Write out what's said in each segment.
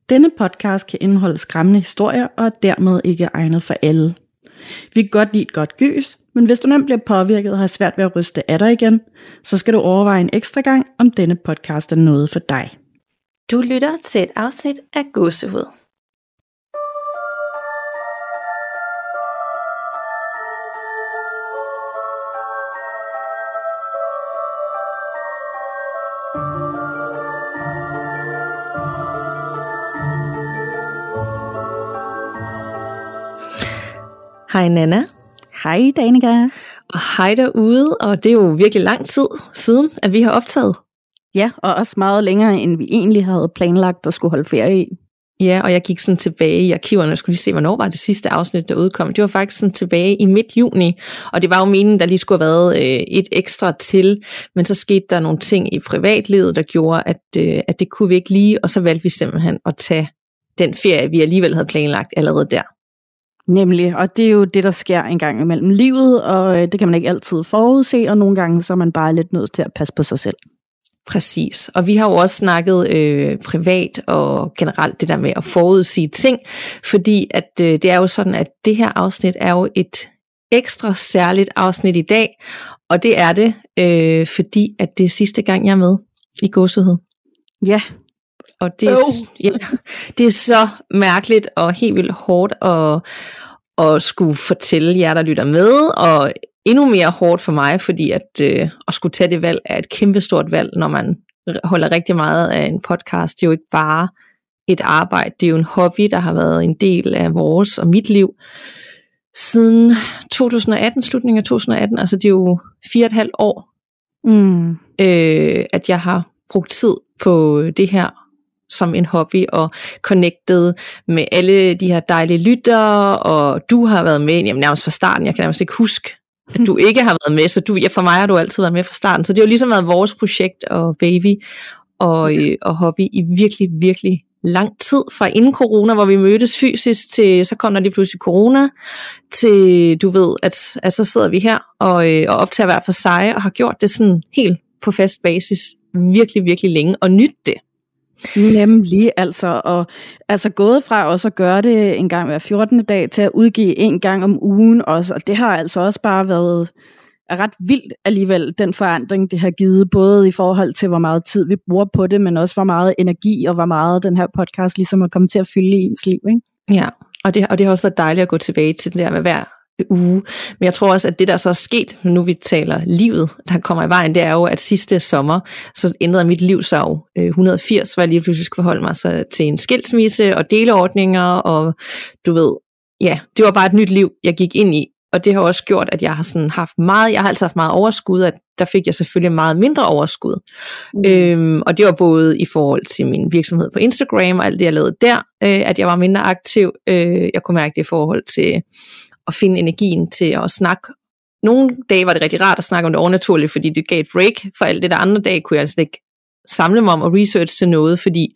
Denne podcast kan indeholde skræmmende historier og er dermed ikke egnet for alle. Vi kan godt lide et godt gys, men hvis du nemt bliver påvirket og har svært ved at ryste af dig igen, så skal du overveje en ekstra gang, om denne podcast er noget for dig. Du lytter til et afsnit af Gåsehud. Hej Nana. Hej Danika. Og hej derude, og det er jo virkelig lang tid siden, at vi har optaget. Ja, og også meget længere, end vi egentlig havde planlagt at skulle holde ferie i. Ja, og jeg gik sådan tilbage i arkiverne og skulle lige se, hvornår var det sidste afsnit, der udkom. Det var faktisk sådan tilbage i midt juni, og det var jo meningen, der lige skulle have været et ekstra til, men så skete der nogle ting i privatlivet, der gjorde, at det kunne vi ikke lige, og så valgte vi simpelthen at tage den ferie, vi alligevel havde planlagt allerede der. Nemlig, og det er jo det, der sker en gang imellem livet, og det kan man ikke altid forudse, og nogle gange så er man bare lidt nødt til at passe på sig selv. Præcis, og vi har jo også snakket privat og generelt det der med at forudsige ting, fordi at det er jo sådan, at det her afsnit er jo et ekstra særligt afsnit i dag, og det er det, fordi at det er sidste gang, jeg er med i Gåsehud. Ja. Og det er så mærkeligt og helt vildt hårdt at skulle fortælle jer, der lytter med, og endnu mere hårdt for mig, fordi at skulle tage det valg er et kæmpestort valg, når man holder rigtig meget af en podcast. Det er jo ikke bare et arbejde, det er jo en hobby, der har været en del af vores og mit liv siden 2018, slutningen af 2018, altså det er jo 4,5 år, at jeg har brugt tid på det her som en hobby, og connected med alle de her dejlige lyttere, og du har været med nærmest fra starten. Jeg kan nærmest ikke huske, at du ikke har været med, så for mig har du altid været med fra starten, så det har jo ligesom været vores projekt og baby og hobby i virkelig, virkelig lang tid, fra inden corona, hvor vi mødtes fysisk, til så kom der lige pludselig corona, til du ved, at så sidder vi her og optager hver for sig, og har gjort det sådan helt på fast basis virkelig, virkelig længe, og nyt det. Nemlig, altså gået fra også at gøre det en gang hver 14. dag, til at udgive en gang om ugen også, og det har altså også bare været ret vildt alligevel, den forandring, det har givet, både i forhold til, hvor meget tid vi bruger på det, men også hvor meget energi, og hvor meget den her podcast ligesom er kommet til at fylde i ens liv, ikke? Ja, og det har også været dejligt at gå tilbage til det der med hver uge, men jeg tror også, at det der så er sket, nu vi taler livet, der kommer i vejen, det er jo, at sidste sommer, så ændrede mit liv sig jo 180, hvor jeg lige pludselig skulle forholde mig så til en skilsmisse og deleordninger, og du ved, ja, det var bare et nyt liv, jeg gik ind i, og det har også gjort, at jeg har sådan jeg har altid haft meget overskud, og der fik jeg selvfølgelig meget mindre overskud, og det var både i forhold til min virksomhed på Instagram, og alt det jeg lavede der, at jeg var mindre aktiv, jeg kunne mærke det i forhold til at finde energien til at snakke. Nogle dage var det rigtig rart at snakke om det overnaturlige, fordi det gav et break for alt det der. Andre dage kunne jeg altså ikke samle mig om og research til noget, fordi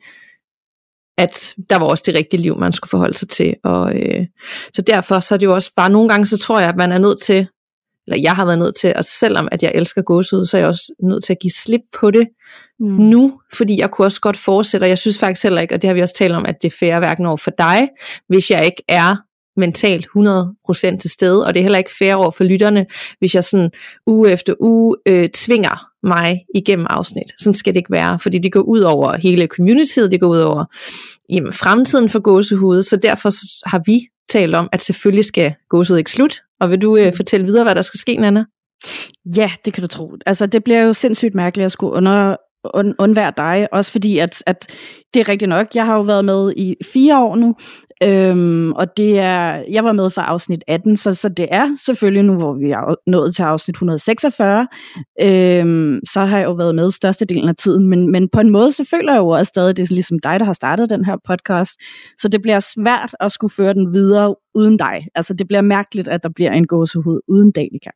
at der var også det rigtige liv, man skulle forholde sig til. Og så derfor så er det jo også bare nogle gange, så tror jeg, at man er nødt til, eller jeg har været nødt til, og selvom at jeg elsker gåsehud, så er jeg også nødt til at give slip på det nu, fordi jeg kunne også godt fortsætte, og jeg synes faktisk heller ikke, og det har vi også talt om, at det er fair hverken over for dig, hvis jeg ikke er mentalt 100% til stede, og det er heller ikke fair over for lytterne, hvis jeg sådan uge efter uge tvinger mig igennem afsnit. Sådan skal det ikke være, fordi det går ud over hele communityet, det går ud over fremtiden for Gåsehud, så derfor har vi talt om, at selvfølgelig skal Gåsehud ikke slut, og vil du fortælle videre, hvad der skal ske, Nana? Ja, det kan du tro. Altså, det bliver jo sindssygt mærkeligt at skulle undvære dig, også fordi at det er rigtigt nok, jeg har jo været med i 4 år nu, og jeg var med fra afsnit 18, så det er selvfølgelig nu, hvor vi er nået til afsnit 146, så har jeg jo været med størstedelen af tiden, men på en måde, så føler jeg jo også stadig, det er ligesom dig, der har startet den her podcast, så det bliver svært at skulle føre den videre uden dig. Altså det bliver mærkeligt, at der bliver en gåsehud uden Danika.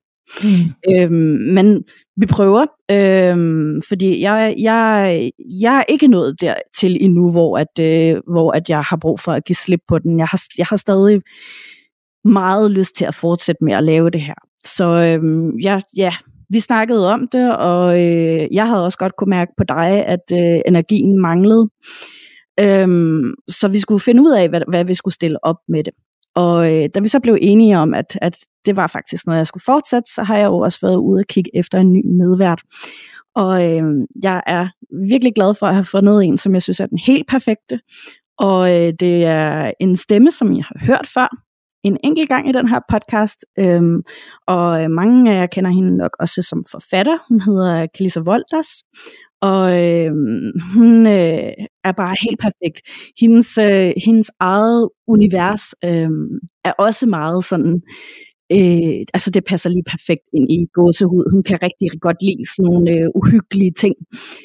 Men vi prøver, fordi jeg er ikke nået dertil endnu, hvor at jeg har brug for at give slip på den. Jeg har stadig meget lyst til at fortsætte med at lave det her. Så vi snakkede om det, og jeg havde også godt kunne mærke på dig, at energien manglede. Så vi skulle finde ud af, hvad vi skulle stille op med det. Og da vi så blev enige om, at det var faktisk noget, jeg skulle fortsætte, så har jeg jo også været ude og kigge efter en ny medvært. Og jeg er virkelig glad for at have fundet en, som jeg synes er den helt perfekte. Og det er en stemme, som jeg har hørt før en enkelt gang i den her podcast. Og mange af jer kender hende nok også som forfatter. Hun hedder Calissa Wolters. Og hun er bare helt perfekt. Hendes eget univers er også meget sådan, altså det passer lige perfekt ind i gåsehud. Hun kan rigtig godt lide sådan nogle uhyggelige ting.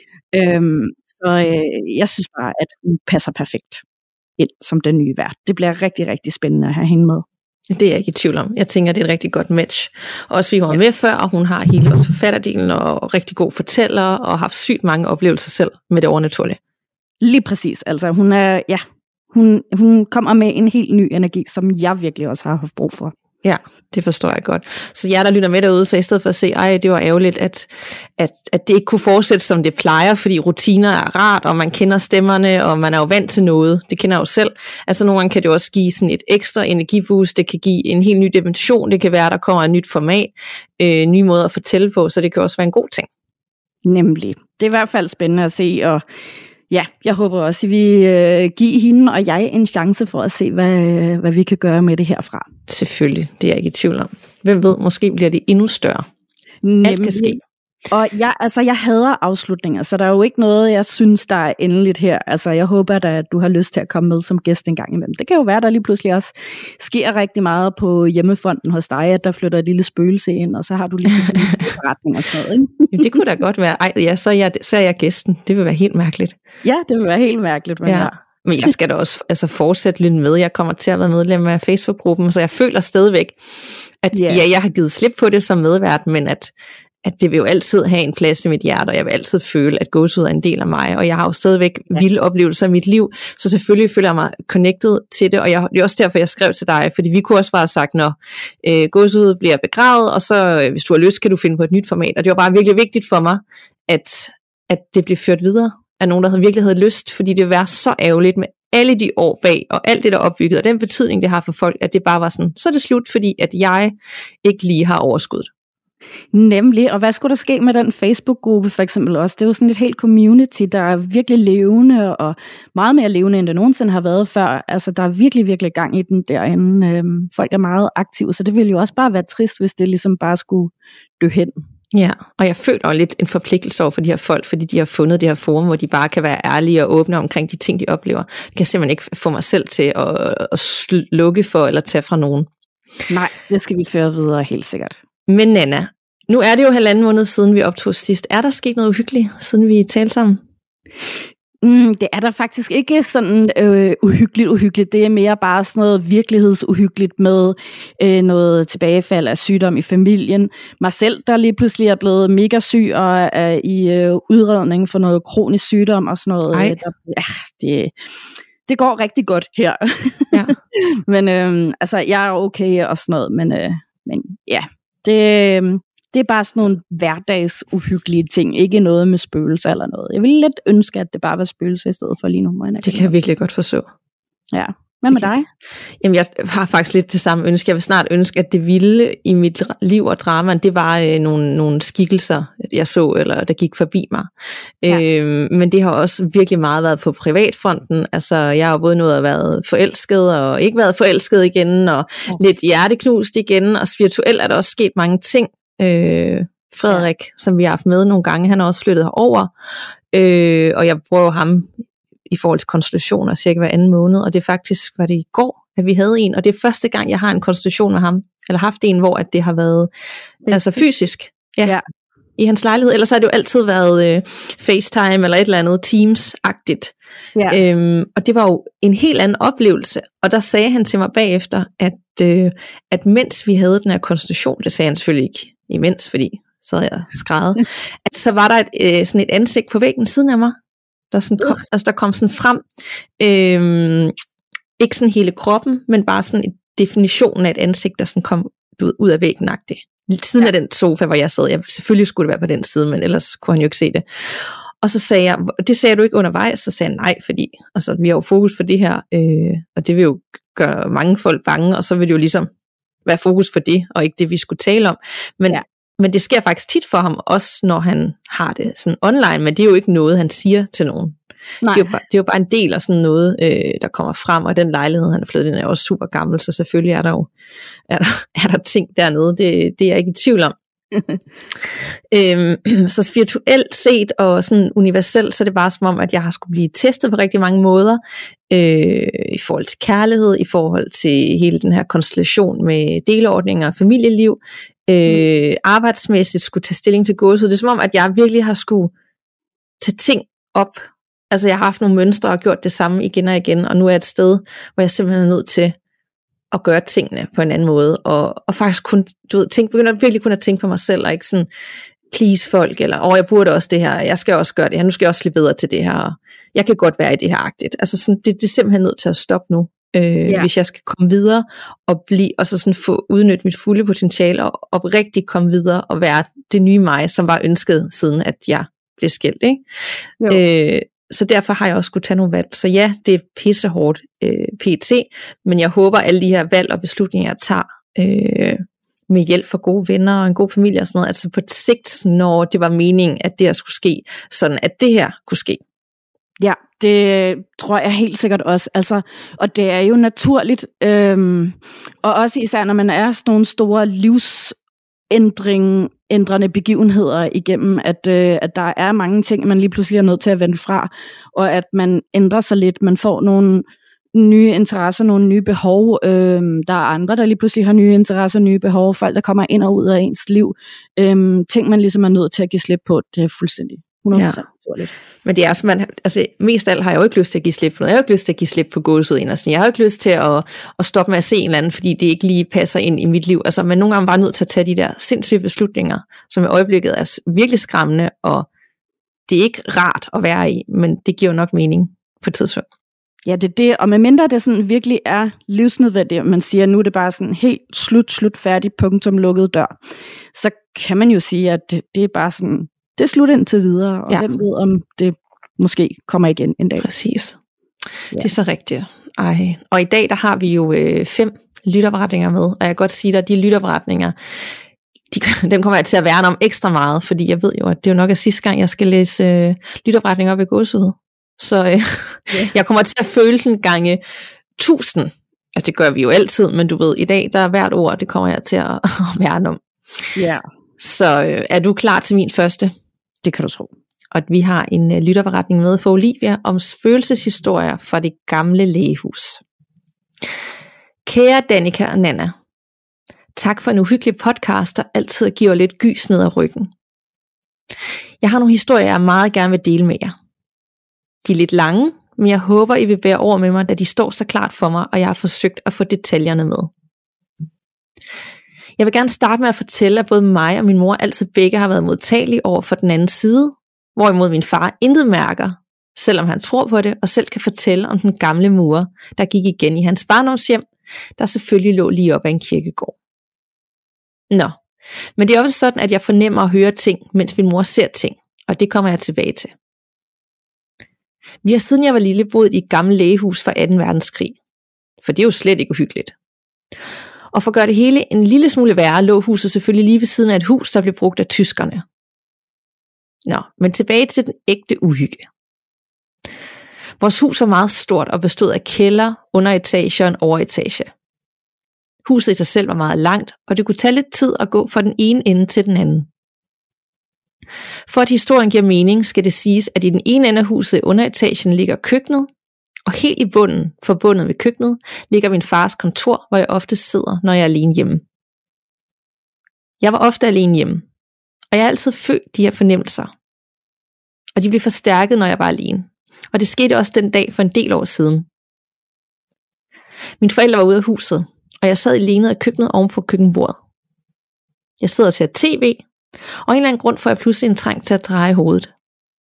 Så jeg synes bare, at hun passer perfekt ind som den nye vært. Det bliver rigtig, rigtig spændende at have hende med. Det er jeg ikke i tvivl om. Jeg tænker, det er et rigtig godt match. Også fordi hun var med før, og hun har hele vores forfatterdelen, og rigtig god fortæller, og har haft sygt mange oplevelser selv med det overnaturlige. Lige præcis. Altså hun kommer med en helt ny energi, som jeg virkelig også har haft brug for. Ja, det forstår jeg godt. Så jeg, der lytter med derude, så i stedet for at se, det var ærgerligt, at det ikke kunne fortsætte, som det plejer, fordi rutiner er rart, og man kender stemmerne, og man er jo vant til noget. Det kender jeg jo selv. Altså nogle gange kan det også give sådan et ekstra energiboost, det kan give en helt ny dimension, det kan være, der kommer et nyt format, nye måder at fortælle på, så det kan også være en god ting. Nemlig. Det er i hvert fald spændende at se, og ja, jeg håber også, at vi give hende og jeg en chance for at se, hvad vi kan gøre med det herfra. Selvfølgelig, det er jeg ikke i tvivl om. Hvem ved, måske bliver det endnu større. Nemlig. Alt kan ske. Og jeg hader afslutninger, så der er jo ikke noget, jeg synes, der er endeligt her. Altså, jeg håber, at du har lyst til at komme med som gæst en gang imellem. Det kan jo være, at der lige pludselig også sker rigtig meget på hjemmefronten hos dig, at der flytter et lille spøgelse ind, og så har du lige pludselig en forretning og sådan noget, ikke? Jamen, det kunne da godt være. Ej, ja, så er jeg gæsten. Det vil være helt mærkeligt. Ja, det vil være helt mærkeligt. Men ja. Men jeg skal da også fortsætte lidt med. Jeg kommer til at være medlem af Facebook-gruppen, så jeg føler stadigvæk, at jeg har givet slip på det som medvært, men at det vil jo altid have en plads i mit hjerte, og jeg vil altid føle, at gåsehud er en del af mig, og jeg har jo stadigvæk vilde oplevelser i mit liv, så selvfølgelig føler jeg mig connected til det, og det er også derfor, jeg skrev til dig, fordi vi kunne også bare have sagt, når gåsehud bliver begravet, og så hvis du har lyst, kan du finde på et nyt format, og det var bare virkelig vigtigt for mig, at det bliver ført videre af nogen, der virkelig havde lyst, fordi det vil være så ærgerligt med alle de år bag, og alt det, der er opbygget, og den betydning, det har for folk, at det bare var sådan, så er det slut, fordi at jeg ikke lige har overskuddet. Nemlig, og hvad skulle der ske med den Facebook-gruppe for eksempel også? Det er jo sådan et helt community, der er virkelig levende, og meget mere levende, end det nogensinde har været før. Altså, der er virkelig, virkelig gang i den derinde. Folk er meget aktive, så det ville jo også bare være trist, hvis det ligesom bare skulle dø hen. Ja, og jeg føler lidt en forpligtelse over for de her folk, fordi de har fundet det her forum, hvor de bare kan være ærlige og åbne omkring de ting, de oplever. Det kan simpelthen ikke få mig selv til at slukke for eller tage fra nogen. Nej, det skal vi føre videre helt sikkert. Men Nanna, nu er det jo 1,5 måned siden vi optog sidst. Er der sket noget uhyggeligt, siden vi talte sammen? Det er der faktisk ikke sådan uhyggeligt. Det er mere bare sådan noget virkelighedsuhyggeligt med noget tilbagefald af sygdom i familien. Mig selv, der lige pludselig er blevet mega syg og er i udredning for noget kronisk sygdom og sådan noget. Det går rigtig godt her. Ja. Men altså, jeg er okay og sådan noget, men ja, det er bare sådan nogle hverdagsuhyggelige ting, ikke noget med spøgelser eller noget. Jeg ville lidt ønske, at det bare var spøgelser i stedet for lige nu. Det kan jeg virkelig godt forstå. Ja. Hvad med dig? Jamen, jeg har faktisk lidt det samme ønske. Jeg vil snart ønske, at det vilde i mit liv og drama, det var nogle skikkelser, jeg så, eller der gik forbi mig. Ja. Men det har også virkelig meget været på privatfronten. Altså, jeg har både nået at være forelsket, og ikke været forelsket igen, og lidt hjerteknust igen, og spirituelt er der også sket mange ting. Frederik, som vi har haft med nogle gange, han har også flyttet herover, og jeg bruger ham i forhold til konsultationer cirka hver anden måned, og det faktisk var det i går, at vi havde en, og det er første gang, jeg har en konsultation med ham, eller haft en, hvor at det har været altså fysisk, i hans lejlighed, ellers har det jo altid været FaceTime, eller et eller andet Teams-agtigt, og det var jo en helt anden oplevelse, og der sagde han til mig bagefter, at mens vi havde den her konsultation, det sagde han selvfølgelig ikke imens, fordi så havde jeg skrevet, at så var der sådan et ansigt på væggen siden af mig, der, sådan kom, altså der kom sådan frem, ikke sådan hele kroppen, men bare sådan en definition af et ansigt, der sådan kom ud af væggen-agtigt. Siden af den sofa, hvor jeg sad, selvfølgelig skulle det være på den side, men ellers kunne han jo ikke se det. Og så sagde jeg, det sagde du ikke undervejs? Så sagde jeg nej, fordi altså, vi har jo fokus på det her, og det vil jo gøre mange folk bange, og så vil det jo ligesom være fokus på det, og ikke det, vi skulle tale om. Men det sker faktisk tit for ham, også når han har det sådan online, men det er jo ikke noget, han siger til nogen. Det er jo bare en del af sådan noget, der kommer frem, og den lejlighed, han er flyttet ind, er også super gammel, så selvfølgelig er der ting dernede, det er jeg ikke i tvivl om. Så virtuelt set og sådan universelt, så er det bare som om, at jeg har skulle blive testet på rigtig mange måder, i forhold til kærlighed, i forhold til hele den her konstellation med deleordninger og familieliv, arbejdsmæssigt skulle tage stilling til gåsehud. Det er som om, at jeg virkelig har skulle tage ting op. Altså jeg har haft nogle mønstre og gjort det samme igen og igen, og nu er jeg et sted, hvor jeg simpelthen er nødt til at gøre tingene på en anden måde, og faktisk kun, begynder virkelig kun at tænke på mig selv, og ikke sådan please folk, eller jeg burde også det her, jeg skal også gøre det her, nu skal jeg også blive bedre til det her, og jeg kan godt være i det her agtigt. Altså sådan, det er simpelthen nødt til at stoppe nu, hvis jeg skal komme videre, og så sådan få udnytte mit fulde potentiale, og rigtig komme videre, og være det nye mig, som var ønsket, siden at jeg blev skilt, ikke? Så derfor har jeg også skulle tage nogle valg. Så ja, det er pissehårdt pt, men jeg håber, alle de her valg og beslutninger, jeg tager med hjælp fra gode venner og en god familie og sådan noget, altså på et sigt, når det var meningen, at det her skulle ske, sådan at det her kunne ske. Ja, det tror jeg helt sikkert også. Altså, og det er jo naturligt, og også især når man er sådan nogle store livsændrende begivenheder igennem, at der er mange ting, man lige pludselig er nødt til at vende fra, og at man ændrer sig lidt, man får nogle nye interesser, nogle nye behov, der er andre, der lige pludselig har nye interesser, nye behov, folk, der kommer ind og ud af ens liv, ting, man ligesom er nødt til at give slip på, det er fuldstændig 100% naturligt. Men det er også, mest af alt har jeg jo ikke lyst til at give slip på noget. Jeg har jo ikke lyst til at give slip på gåsehud inderst. Jeg har jo ikke lyst til at stoppe med at se en eller anden, fordi det ikke lige passer ind i mit liv. Altså, men nogle gange var jeg nødt til at tage de der sindssyge beslutninger, som i øjeblikket er virkelig skræmmende, og det er ikke rart at være i, men det giver jo nok mening på et tidspunkt. Ja, det er det, og medmindre det sådan virkelig er livsnødvendigt, man siger, nu er det bare sådan helt slut, færdig, punktum, lukket dør, så kan man jo sige, at det er bare sådan, det er slut indtil videre, og hvem ved, om det måske kommer igen en dag. Præcis. Ja. Det er så rigtigt. Ej. Og i dag, der har vi jo 5 lytterberetninger med, og jeg kan godt sige dig, at de lytterberetninger, dem kommer jeg til at værne om ekstra meget, fordi jeg ved jo, at det er jo nok sidste gang, jeg skal læse lytterberetninger op i gåsehud. Så jeg kommer til at føle den gange 1000. Altså det gør vi jo altid, men du ved, i dag, der er hvert ord, det kommer jeg til at værne om. Ja. Så er du klar til min første? Det kan du tro. Og vi har en lytterberetning med for Olivia om følelseshistorier fra det gamle lægehus. Kære Danika og Nana, tak for en uhyggelig podcast, der altid giver lidt gys ned ad ryggen. Jeg har nogle historier, jeg meget gerne vil dele med jer. De er lidt lange, men jeg håber, I vil bære over med mig, da de står så klart for mig, og jeg har forsøgt at få detaljerne med. Jeg vil gerne starte med at fortælle, at både mig og min mor altid begge har været modtagelige over for den anden side, hvorimod min far intet mærker, selvom han tror på det, og selv kan fortælle om den gamle murer, der gik igen i hans barndomshjem, der selvfølgelig lå lige op ad en kirkegård. Nå, men det er også sådan, at jeg fornemmer at høre ting, mens min mor ser ting, og det kommer jeg tilbage til. Vi har siden jeg var lille boet i et gammelt lægehus fra 2. verdenskrig, for det er jo slet ikke uhyggeligt. Og for at gøre det hele en lille smule værre, lå huset selvfølgelig lige ved siden af et hus, der blev brugt af tyskerne. Nå, men tilbage til den ægte uhygge. Vores hus var meget stort og bestod af kælder, underetage og en overetage. Huset i sig selv var meget langt, og det kunne tage lidt tid at gå fra den ene ende til den anden. For at historien giver mening, skal det siges, at i den ene ende af huset i underetagen ligger køkkenet, og helt i bunden, forbundet med køkkenet, ligger min fars kontor, hvor jeg ofte sidder, når jeg er alene hjemme. Jeg var ofte alene hjemme, og jeg har altid følt de her fornemmelser. Og de blev forstærket, når jeg var alene. Og det skete også den dag for en del år siden. Mine forældre var ude af huset, og jeg sad i lænet af køkkenet oven på køkkenbordet. Jeg sidder og ser tv, og en eller anden grund får jeg pludselig en trang til at dreje hovedet.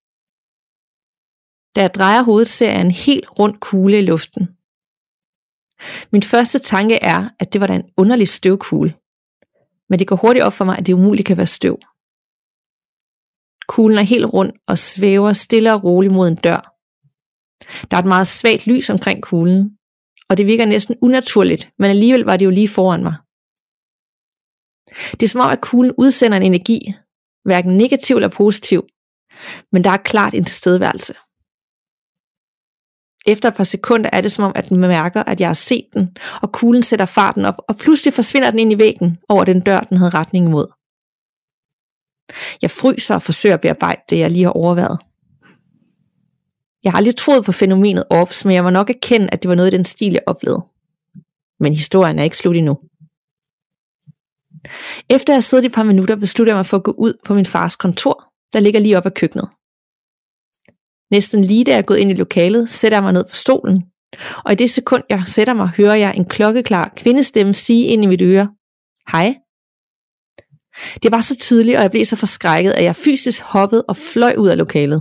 Da jeg drejer hovedet, ser jeg en helt rund kugle i luften. Min første tanke er, at det var da en underlig støvkugle. Men det går hurtigt op for mig, at det umuligt kan være støv. Kuglen er helt rund og svæver stille og roligt mod en dør. Der er et meget svagt lys omkring kuglen, og det virker næsten unaturligt, men alligevel var det jo lige foran mig. Det er som om, at kuglen udsender en energi, hverken negativ eller positiv, men der er klart en tilstedeværelse. Efter et par sekunder er det som om, at den mærker, at jeg har set den, og kuglen sætter farten op, og pludselig forsvinder den ind i væggen over den dør, den havde retning imod. Jeg fryser og forsøger at bearbejde det, jeg lige har overværet. Jeg har aldrig troet på fænomenet ORBS, men jeg må nok erkende, at det var noget i den stil, jeg oplevede. Men historien er ikke slut endnu. Efter jeg har siddet i et par minutter, beslutter jeg mig for at gå ud på min fars kontor, der ligger lige op ad køkkenet. Næsten lige da jeg er gået ind i lokalet, sætter jeg mig ned på stolen, og i det sekund, jeg sætter mig, hører jeg en klokkeklar kvindestemme sige ind i mit øre, hej. Det var så tydeligt, og jeg blev så forskrækket, at jeg fysisk hoppede og fløj ud af lokalet.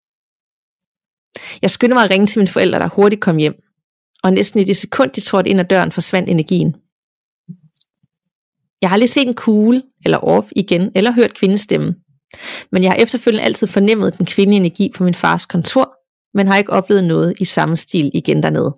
Jeg skyndte mig at ringe til mine forældre, der hurtigt kom hjem, og næsten i det sekund, de trådte ind ad døren, forsvandt energien. Jeg har aldrig set en kugle, eller orb igen, eller hørt kvindestemmen, men jeg har efterfølgende altid fornemmet den kvindelige energi på min fars kontor, men har ikke oplevet noget i samme stil igen dernede.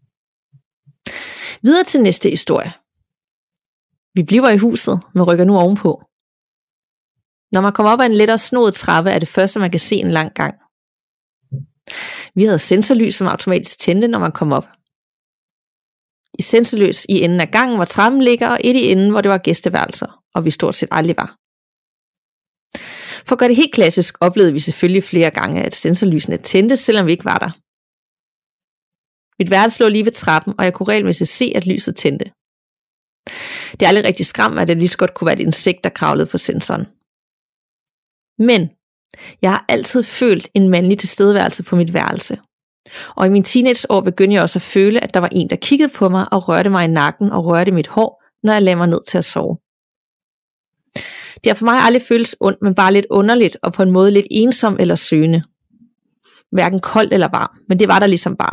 Videre til næste historie. Vi bliver i huset, men rykker nu ovenpå. Når man kommer op ad en lettere snoet trappe, er det første, man kan se en lang gang. Vi havde sensorlys, som automatisk tændte, når man kom op. I sensorlys i enden af gangen, hvor trappen ligger, og et i enden, hvor det var gæsteværelser, og vi stort set aldrig var. For at gøre det helt klassisk, oplevede vi selvfølgelig flere gange, at sensorlysene tændte, selvom vi ikke var der. Mit værelse lå lige ved trappen, og jeg kunne regelmæssigt se, at lyset tændte. Det er aldrig rigtig skræmt, at det lige så godt kunne være et insekt, der kravlede på sensoren. Men jeg har altid følt en mandlig tilstedeværelse på mit værelse. Og i mine teenageår begyndte jeg også at føle, at der var en, der kiggede på mig og rørte mig i nakken og rørte mit hår, når jeg lagde mig ned til at sove. Det har for mig aldrig føltes ondt, men bare lidt underligt og på en måde lidt ensom eller søgende. Hverken koldt eller varm, men det var der ligesom bare.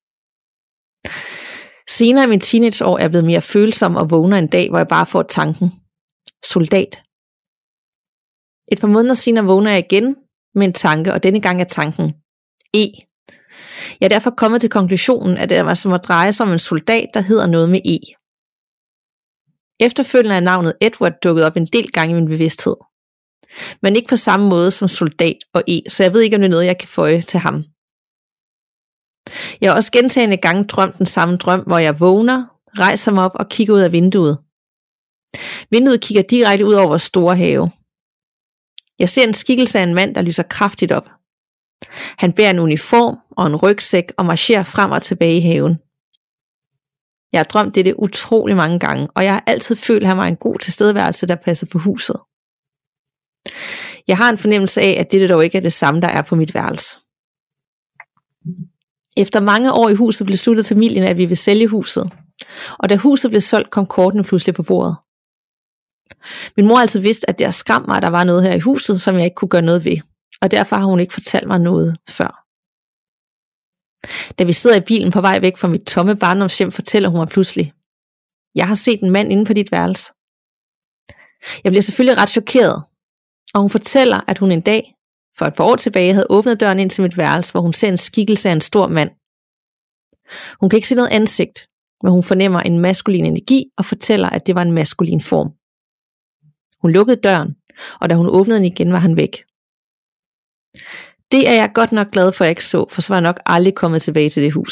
Senere i mine teenageår er jeg blevet mere følsom og vågner en dag, hvor jeg bare får tanken. Soldat. Et par måneder senere vågner jeg igen med en tanke, og denne gang er tanken E. Jeg er derfor kommet til konklusionen, at det var som at dreje sig om en soldat, der hedder noget med E. Efterfølgende er navnet Edward dukket op en del gange i min bevidsthed. Men ikke på samme måde som soldat og E, så jeg ved ikke, om det er noget, jeg kan føje til ham. Jeg har også gentagne gange drømt den samme drøm, hvor jeg vågner, rejser mig op og kigger ud af vinduet. Vinduet kigger direkte ud over vores store have. Jeg ser en skikkelse af en mand, der lyser kraftigt op. Han bærer en uniform og en rygsæk og marcherer frem og tilbage i haven. Jeg har drømt dette utrolig mange gange, og jeg har altid følt, at han var en god tilstedeværelse, der passede på huset. Jeg har en fornemmelse af, at dette dog ikke er det samme, der er på mit værelse. Efter mange år i huset besluttede familien, at vi ville sælge huset, og da huset blev solgt, kom kortene pludselig på bordet. Min mor har altid vidst, at det har skræmt mig, at der var noget her i huset, som jeg ikke kunne gøre noget ved, og derfor har hun ikke fortalt mig noget før. Da vi sidder i bilen på vej væk fra mit tomme barndomshjem, fortæller hun mig pludselig: Jeg har set en mand inde på dit værelse. Jeg bliver selvfølgelig ret chokeret, og hun fortæller, at hun en dag, for et par år tilbage, havde åbnet døren ind til mit værelse, hvor hun ser en skikkelse af en stor mand. Hun kan ikke se noget ansigt, men hun fornemmer en maskulin energi og fortæller, at det var en maskulin form. Hun lukkede døren, og da hun åbnede den igen, var han væk. Det er jeg godt nok glad for, at jeg ikke så, for så var jeg nok aldrig kommet tilbage til det hus.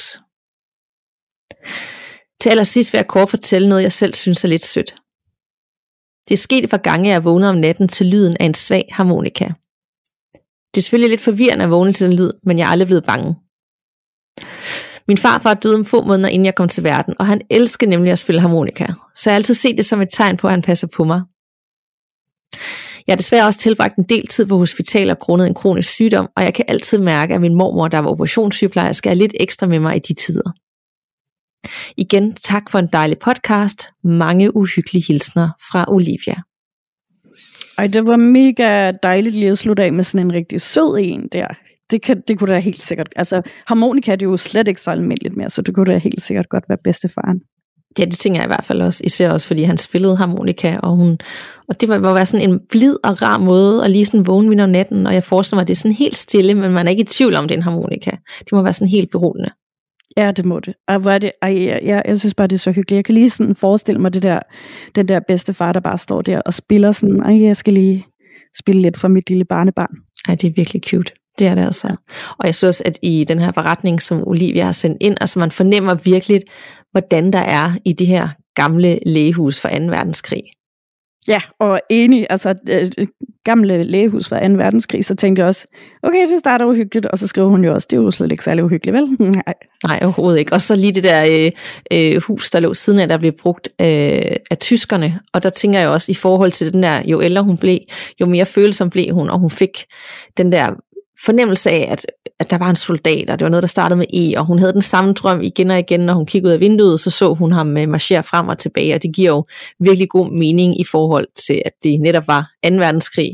Til allersidst vil jeg kort fortælle noget, jeg selv synes er lidt sødt. Det er sket et par gange, jeg vågnede om natten til lyden af en svag harmonika. Det er selvfølgelig lidt forvirrende at vågne til den lyd, men jeg er aldrig blevet bange. Min farfar døde om få måneder, inden jeg kom til verden, og han elskede nemlig at spille harmonika, så jeg har altid set det som et tegn på, at han passer på mig. Jeg har desværre også tilbragt en del tid på hospitaler grundet en kronisk sygdom, og jeg kan altid mærke, at min mormor, der var operationssygeplejerske, er lidt ekstra med mig i de tider. Igen, tak for en dejlig podcast. Mange uhyggelige hilsner fra Olivia. Ej, det var mega dejligt lige at slutte af med sådan en rigtig sød en der. Det kunne da helt sikkert. Altså, harmonika er jo slet ikke så almindeligt mere, så det kunne da helt sikkert godt være bedstefaren. Ja, det tænker jeg i hvert fald også, især også fordi han spillede harmonika, og det må være sådan en blid og rar måde at lige sådan vågne midt om natten, og jeg forestiller mig, at det er sådan helt stille, men man er ikke i tvivl om, det er en harmonika. Det må være sådan helt beroligende. Ja, det må det. Og hvor er det, jeg synes bare, det er så hyggeligt. Jeg kan lige sådan forestille mig den der bedstefar, der bare står der og spiller sådan, jeg skal lige spille lidt for mit lille barnebarn. Ej, det er virkelig cute. Det er det altså. Og jeg synes, at i den her forretning, som Olivia har sendt ind, altså man fornemmer virkelig, hvordan der er i det her gamle lægehus fra 2. verdenskrig. Ja, og enig, altså gamle lægehus fra 2. verdenskrig, så tænkte jeg også, okay, det starter uhyggeligt, og så skriver hun jo også, det er jo slet ikke særlig uhyggeligt, vel? Nej, overhovedet ikke. Og så lige det der hus, der lå siden af, der blev brugt af tyskerne, og der tænker jeg også, i forhold til den der, jo ældre hun blev, jo mere følsom blev hun, og hun fik den der fornemmelse af, at der var en soldat, og det var noget, der startede med E, og hun havde den samme drøm igen og igen, når hun kiggede ud af vinduet, så hun ham marchere frem og tilbage, og det giver jo virkelig god mening i forhold til, at det netop var 2. verdenskrig,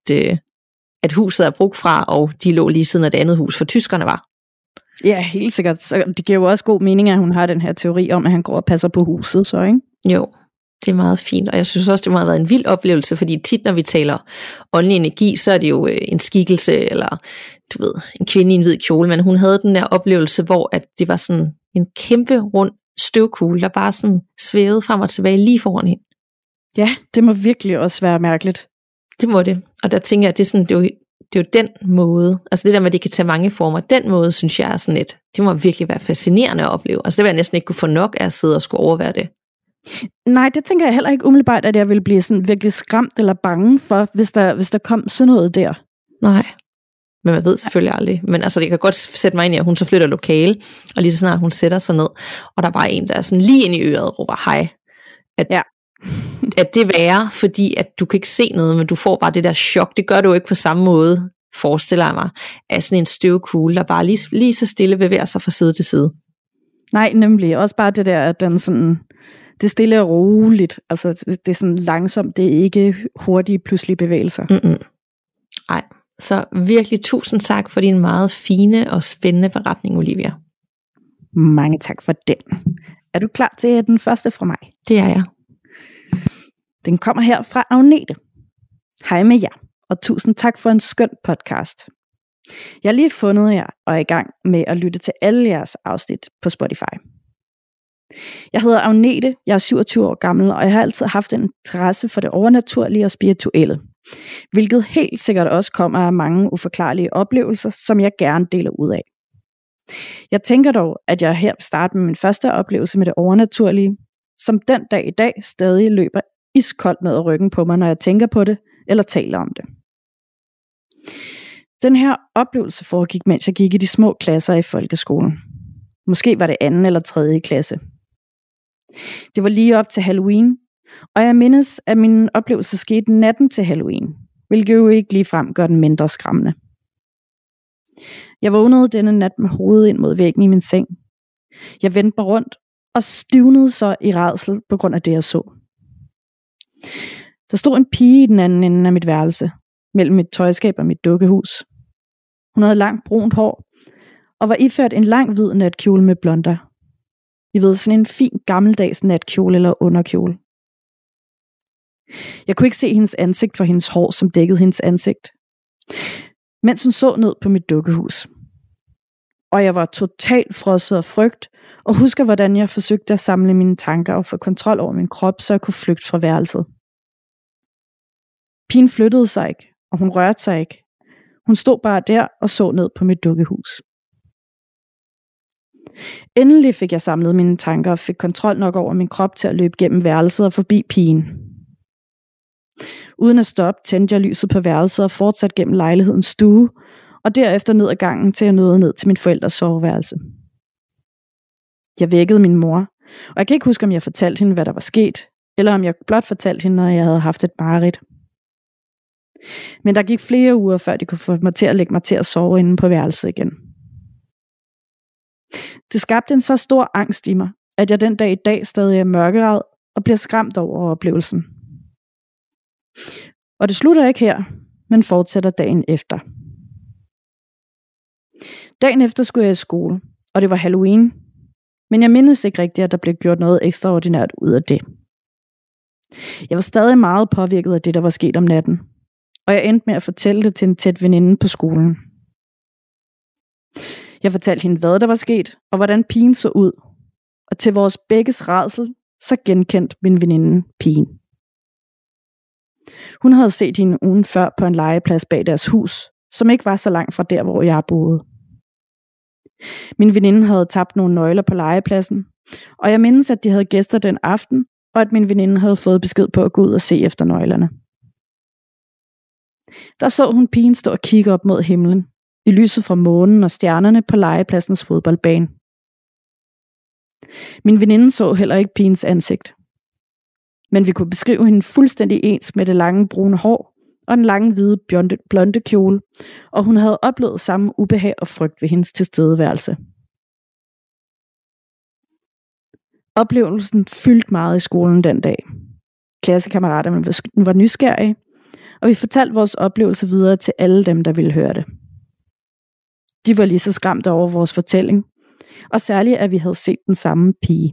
at huset er brugt fra, og de lå lige siden af det andet hus, for tyskerne var. Ja, helt sikkert. Så det giver jo også god mening, at hun har den her teori om, at han går og passer på huset, så ikke? Jo, det er meget fint, og jeg synes også, det må have været en vild oplevelse, fordi tit, når vi taler åndelig energi, så er det jo en skikkelse, eller du ved, en kvinde i en hvid kjole, men hun havde den der oplevelse, hvor at det var sådan en kæmpe rund støvkugle, der bare sådan svævede frem og tilbage lige foran hende. Ja, det må virkelig også være mærkeligt. Det må det, og der tænker jeg, det er jo den måde, altså det der med, at det kan tage mange former, den måde, synes jeg er sådan lidt, det må virkelig være fascinerende at opleve. Altså det vil jeg næsten ikke kunne få nok af at sidde og skulle overvære det. Nej, det tænker jeg heller ikke umiddelbart, at jeg ville blive sådan virkelig skræmt eller bange for, hvis der kom sådan noget der. Nej, men man ved selvfølgelig aldrig. Men altså, det kan godt sætte mig ind i, at hun så flytter lokale, og lige så snart hun sætter sig ned, og der er bare en, der er sådan lige ind i øret og råber hej. At det værre, fordi at du kan ikke se noget, men du får bare det der chok. Det gør du jo ikke på samme måde, forestiller jeg mig, af sådan en støvkugle, der bare lige så stille bevæger sig fra side til side. Nej, nemlig. Også bare det der, at den sådan, det er stille og roligt. Altså, det er sådan langsomt. Det er ikke hurtige, pludselige bevægelser. Nej, så virkelig tusind tak for din meget fine og spændende beretning, Olivia. Mange tak for den. Er du klar til den første fra mig? Det er jeg. Den kommer her fra Agnete. Hej med jer, og tusind tak for en skøn podcast. Jeg har lige fundet jer og er i gang med at lytte til alle jeres afsnit på Spotify. Jeg hedder Agnete, jeg er 27 år gammel, og jeg har altid haft en interesse for det overnaturlige og spirituelle, hvilket helt sikkert også kommer af mange uforklarlige oplevelser, som jeg gerne deler ud af. Jeg tænker dog, at jeg her vil starte med min første oplevelse med det overnaturlige, som den dag i dag stadig løber iskoldt ned ad ryggen på mig, når jeg tænker på det eller taler om det. Den her oplevelse foregik, mens jeg gik i de små klasser i folkeskolen. Måske var det 2. eller 3. klasse. Det var lige op til Halloween, og jeg mindes, at min oplevelse skete natten til Halloween, hvilket jo ikke ligefrem gør den mindre skræmmende. Jeg vågnede denne nat med hovedet ind mod væggen i min seng. Jeg vendte mig rundt og stivnede så i rædsel på grund af det, jeg så. Der stod en pige i den anden ende af mit værelse, mellem mit tøjskab og mit dukkehus. Hun havde langt brunt hår, og var iført en lang hvid natkjole med blonder. I ved, sådan en fin gammeldags natkjole eller underkjole. Jeg kunne ikke se hendes ansigt for hendes hår, som dækkede hendes ansigt, mens hun så ned på mit dukkehus. Og jeg var totalt frosset af frygt, og husker, hvordan jeg forsøgte at samle mine tanker og få kontrol over min krop, så jeg kunne flygte fra værelset. Pigen flyttede sig ikke, og hun rørte sig ikke. Hun stod bare der og så ned på mit dukkehus. Endelig fik jeg samlet mine tanker og fik kontrol nok over min krop til at løbe gennem værelset og forbi pigen. Uden at stoppe, tændte jeg lyset på værelset og fortsatte gennem lejlighedens stue, og derefter ned ad gangen til jeg nåede ned til min forældres soveværelse. Jeg vækkede min mor, og jeg kan ikke huske, om jeg fortalte hende, hvad der var sket, eller om jeg blot fortalte hende, når jeg havde haft et mareridt. Men der gik flere uger, før de kunne få mig til at lægge mig til at sove inde på værelset igen. Det skabte en så stor angst i mig, at jeg den dag i dag stadig er mørkeret og bliver skræmt over oplevelsen. Og det slutter ikke her, men fortsætter dagen efter. Dagen efter skulle jeg i skole, og det var Halloween. Men jeg mindes ikke rigtigt, at der blev gjort noget ekstraordinært ud af det. Jeg var stadig meget påvirket af det, der var sket om natten, og jeg endte med at fortælle det til en tæt veninde på skolen. Jeg fortalte hende, hvad der var sket, og hvordan pigen så ud, og til vores begges rædsel, så genkendte min veninde pigen. Hun havde set hende ugen før på en legeplads bag deres hus, som ikke var så langt fra der, hvor jeg boede. Min veninde havde tabt nogle nøgler på legepladsen, og jeg mindes, at de havde gæster den aften, og at min veninde havde fået besked på at gå ud og se efter nøglerne. Der så hun pigen stå og kigge op mod himlen, i lyset fra månen og stjernerne på legepladsens fodboldbane. Min veninde så heller ikke pigens ansigt, men vi kunne beskrive hende fuldstændig ens med det lange brune hår og den lange hvide blonde kjole, og hun havde oplevet samme ubehag og frygt ved hendes tilstedeværelse. Oplevelsen fyldte meget i skolen den dag. Klassekammeraterne var nysgerrige, og vi fortalte vores oplevelse videre til alle dem, der ville høre det. De var lige så skræmte over vores fortælling, og særligt at vi havde set den samme pige.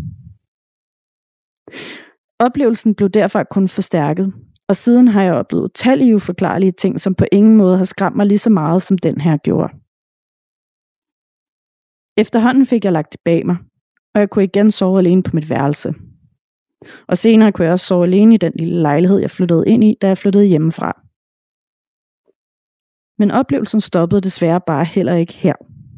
Oplevelsen blev derfor kun forstærket, og siden har jeg oplevet utallige uforklarlige ting, som på ingen måde har skræmt mig lige så meget, som den her gjorde. Efterhånden fik jeg lagt det bag mig, og jeg kunne igen sove alene på mit værelse. Og senere kunne jeg også sove alene i den lille lejlighed, jeg flyttede ind i, da jeg flyttede hjemmefra. Men oplevelsen stoppede desværre bare heller ikke her.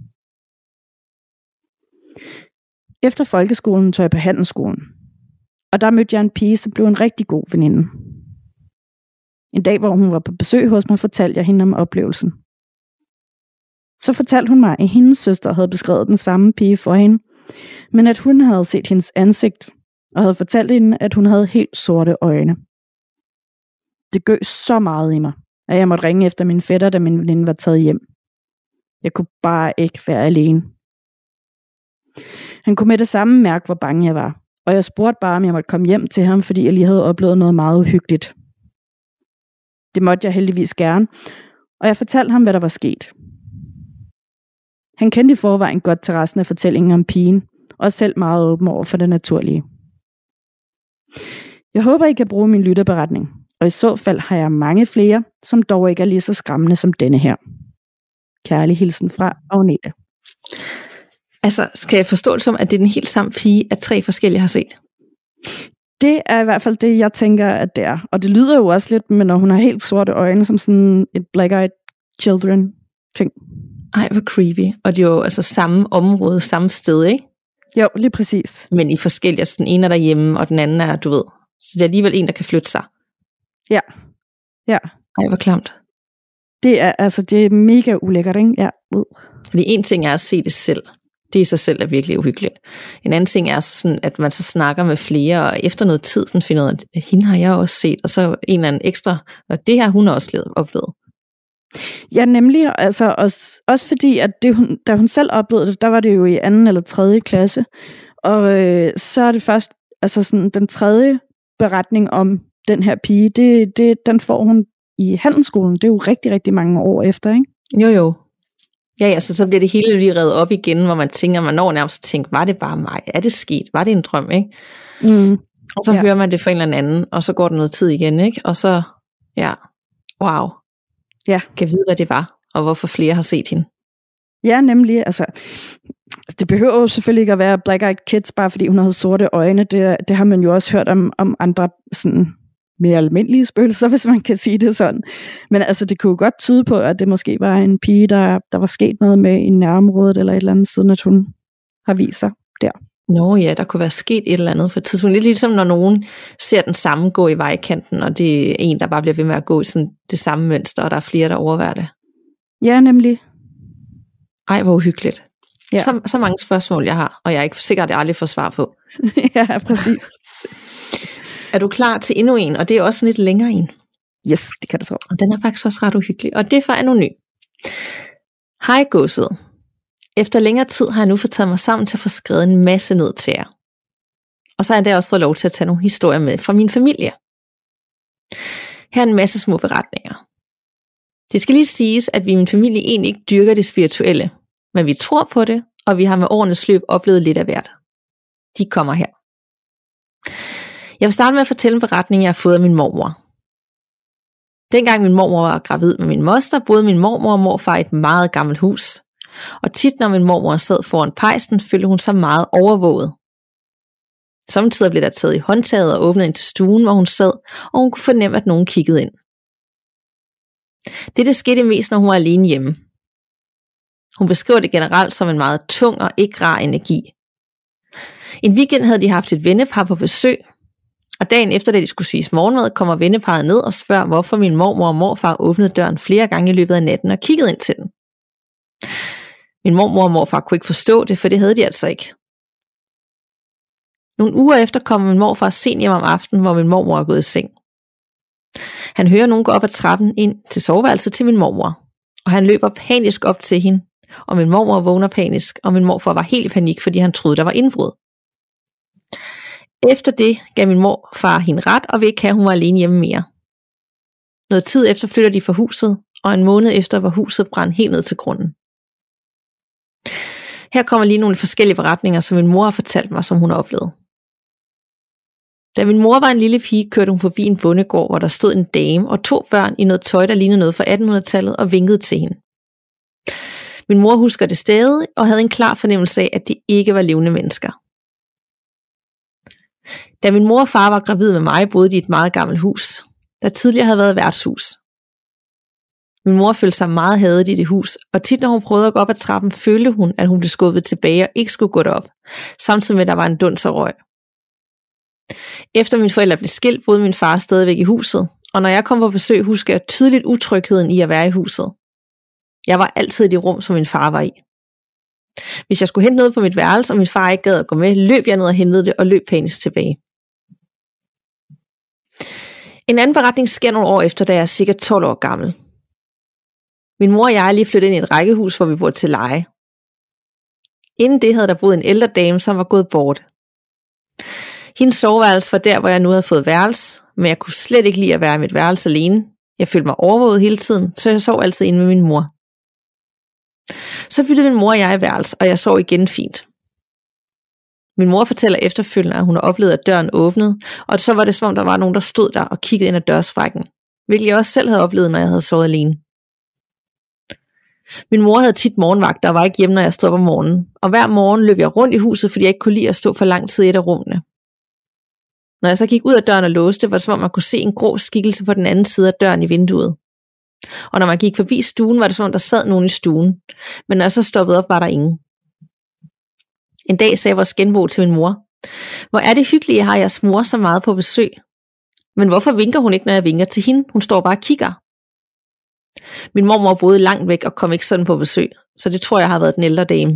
Efter folkeskolen tog jeg på handelsskolen, og der mødte jeg en pige, som blev en rigtig god veninde. En dag, hvor hun var på besøg hos mig, fortalte jeg hende om oplevelsen. Så fortalte hun mig, at hendes søster havde beskrevet den samme pige for hende, men at hun havde set hendes ansigt, og havde fortalt hende, at hun havde helt sorte øjne. Det gød så meget i mig, at jeg måtte ringe efter min fætter, da min veninde var taget hjem. Jeg kunne bare ikke være alene. Han kunne med det samme mærke, hvor bange jeg var, og jeg spurgte bare, om jeg måtte komme hjem til ham, fordi jeg lige havde oplevet noget meget uhyggeligt. Det måtte jeg heldigvis gerne, og jeg fortalte ham, hvad der var sket. Han kendte i forvejen godt til resten af fortællingen om pigen, og selv meget åben over for det naturlige. Jeg håber, I kan bruge min lytterberetning, og i så fald har jeg mange flere, som dog ikke er lige så skræmmende som denne her. Kærlig hilsen fra Agnete. Altså, skal jeg forstå det som, at det er den helt samme pige, at 3 forskellige har set? Det er i hvert fald det, jeg tænker, at det er. Og det lyder jo også lidt, men når hun har helt sorte øjne, som sådan et black-eyed children ting. Ej, hvor creepy. Og det er jo altså samme område, samme sted, ikke? Jo, lige præcis. Men i forskellige, altså den ene er derhjemme, og den anden er, du ved. Så det er alligevel en, der kan flytte sig. Ja. Ja. Ej, hvor klamt. Det er mega ulækkert, ikke? Ja. Fordi en ting er at se det selv. Det i sig selv er virkelig uhyggeligt. En anden ting er sådan, at man så snakker med flere, og efter noget tid sådan finder ud af, at hende har jeg også set, og så en eller anden ekstra, og det har hun også oplevet. Ja, nemlig. Altså også fordi, at da hun selv oplevede det, der var det jo i 2. eller 3. klasse. Og så er det først, altså sådan den 3. beretning om den her pige, den får hun i handelsskolen. Det er jo rigtig, rigtig mange år efter, ikke? Jo. Ja, så bliver det hele lige revet op igen, hvor man tænker, man når nærmest tænker, var det bare mig? Er det sket? Var det en drøm, ikke? Mm. Og så hører man det fra en eller anden, og så går der noget tid igen, ikke? Og så, ja, wow. Ja. Kan vide, hvad det var, og hvorfor flere har set hende. Ja, nemlig. Altså, det behøver jo selvfølgelig ikke at være black-eyed kids, bare fordi hun havde sorte øjne. Det har man jo også hørt om andre sådan mere almindelige spøgelser, hvis man kan sige det sådan. Men altså, det kunne godt tyde på, at det måske var en pige, der var sket noget med i nærområdet, eller et eller andet, siden at hun har vist sig der. Nå ja, der kunne være sket et eller andet for et tidspunkt. Lidt ligesom når nogen ser den samme gå i vejkanten, og det er en, der bare bliver ved med at gå i sådan det samme mønster, og der er flere, der overværer det. Ja, nemlig. Ej, hvor uhyggeligt. Ja. Så mange spørgsmål, jeg har, og jeg er ikke sikker, at jeg aldrig får svar på. Ja, præcis. Er du klar til endnu en? Og det er også sådan lidt længere en. Yes, det kan du tro. Og den er faktisk også ret uhyggelig. Og det er fra Anonym. Hej godset. Efter længere tid har jeg nu fået taget mig sammen til at få skrevet en masse ned til jer. Og så har jeg da også fået lov til at tage nogle historier med fra min familie. Her er en masse små beretninger. Det skal lige siges, at vi i min familie egentlig ikke dyrker det spirituelle, men vi tror på det, og vi har med årenes løb oplevet lidt af hvert. De kommer her. Jeg vil starte med at fortælle en beretning, jeg har fået af min mormor. Dengang min mormor var gravid med min moster, boede min mormor og morfar i et meget gammelt hus. Og tit når min mormor sad foran pejsen, følte hun sig meget overvåget. Samtidig blev der taget i håndtaget og åbnet ind til stuen, hvor hun sad, og hun kunne fornemme, at nogen kiggede ind. Dette skete mest, når hun var alene hjemme. Hun beskriver det generelt som en meget tung og ikke rar energi. En weekend havde de haft et vennepar på besøg, og dagen efter, da de skulle spise morgenmad, kommer venneparret ned og spørger, hvorfor min mormor og morfar åbnede døren flere gange i løbet af natten og kiggede ind til den. Min mormor og morfar kunne ikke forstå det, for det havde de altså ikke. Nogle uger efter kommer min morfar sent hjem om aftenen, hvor min mormor er gået i seng. Han hører nogen gå op ad trappen ind til soveværelset til min mormor, og han løber panisk op til hende, og min mormor vågner panisk, og min morfar var helt i panik, fordi han troede, der var indbrud. Efter det gav min morfar hende ret, og vil ikke have, at hun var alene hjemme mere. Noget tid efter flytter de fra huset, og en måned efter var huset brændt helt ned til grunden. Her kommer lige nogle forskellige beretninger, som min mor har fortalt mig, som hun har oplevet. Da min mor var en lille pige, kørte hun forbi en bondegård, hvor der stod en dame og 2 børn i noget tøj, der lignede noget fra 1800-tallet, og vinkede til hende. Min mor husker det stadig, og havde en klar fornemmelse af, at de ikke var levende mennesker. Da min mor og far var gravid med mig, boede de i et meget gammelt hus, der tidligere havde været værtshus. Min mor følte sig meget hadet i det hus, og tit når hun prøvede at gå op ad trappen, følte hun, at hun blev skubbet tilbage og ikke skulle gå derop, samtidig med at der var en duns og røg. Efter mine forældre blev skilt, boede min far stadigvæk i huset, og når jeg kom på besøg, husker jeg tydeligt utrygheden i at være i huset. Jeg var altid i det rum, som min far var i. Hvis jeg skulle hente noget på mit værelse, og min far ikke gad at gå med, løb jeg ned og hentede det og løb panisk tilbage. En anden beretning sker nogle år efter, da jeg er cirka 12 år gammel. Min mor og jeg er lige flyttet ind i et rækkehus, hvor vi boede til leje. Inden det havde der boet en ældre dame, som var gået bort. Hendes soveværelse var der, hvor jeg nu havde fået værelse, men jeg kunne slet ikke lide at være i mit værelse alene. Jeg følte mig overvåget hele tiden, så jeg sov altid inde med min mor. Så flyttede min mor og jeg i værelse, og jeg sov igen fint. Min mor fortæller efterfølgende, at hun har oplevet, at døren åbnede, og så var det som om, der var nogen, der stod der og kiggede ind ad dørsprækken, hvilket jeg også selv havde oplevet, når jeg havde sovet alene. Min mor havde tit morgenvagt, og var ikke hjemme, når jeg stod op om morgenen, og hver morgen løb jeg rundt i huset, fordi jeg ikke kunne lide at stå for lang tid i et af rummene. Når jeg så gik ud af døren og låste, var det som om man kunne se en grå skikkelse på den anden side af døren i vinduet. Og når man gik forbi stuen, var det som om der sad nogen i stuen, men når jeg så stoppede op, var der ingen. En dag sagde vores genbo til min mor: "Hvor er det hyggeligt, jeg har jeres mor så meget på besøg. Men hvorfor vinker hun ikke, når jeg vinker til hende? Hun står bare og kigger." Min mormor boede langt væk og kom ikke sådan på besøg, så det tror jeg har været den ældre dame.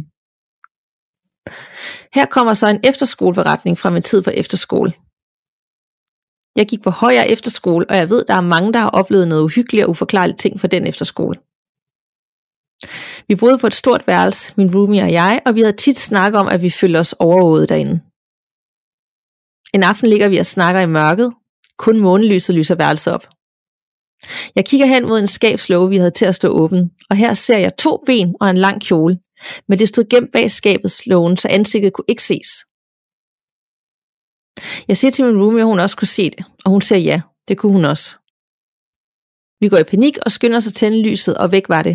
Her kommer så en efterskoleberetning fra min tid på efterskole. Jeg gik på Højer efterskole, og jeg ved, der er mange, der har oplevet noget uhyggeligt og uforklarlige ting fra den efterskole. Vi boede på et stort værelse, min roomie og jeg, og vi havde tit snakket om, at vi følte os overvåget derinde. En aften ligger vi og snakker i mørket. Kun månelyset lyser værelset op. Jeg kigger hen mod en skabslåge, vi havde til at stå åben, og her ser jeg 2 ben og en lang kjole, men det stod gemt bag skabets lågen, så ansigtet kunne ikke ses. Jeg siger til min roomie, at hun også kunne se det, og hun siger ja, det kunne hun også. Vi går i panik og skynder os at tænde lyset, og væk var det.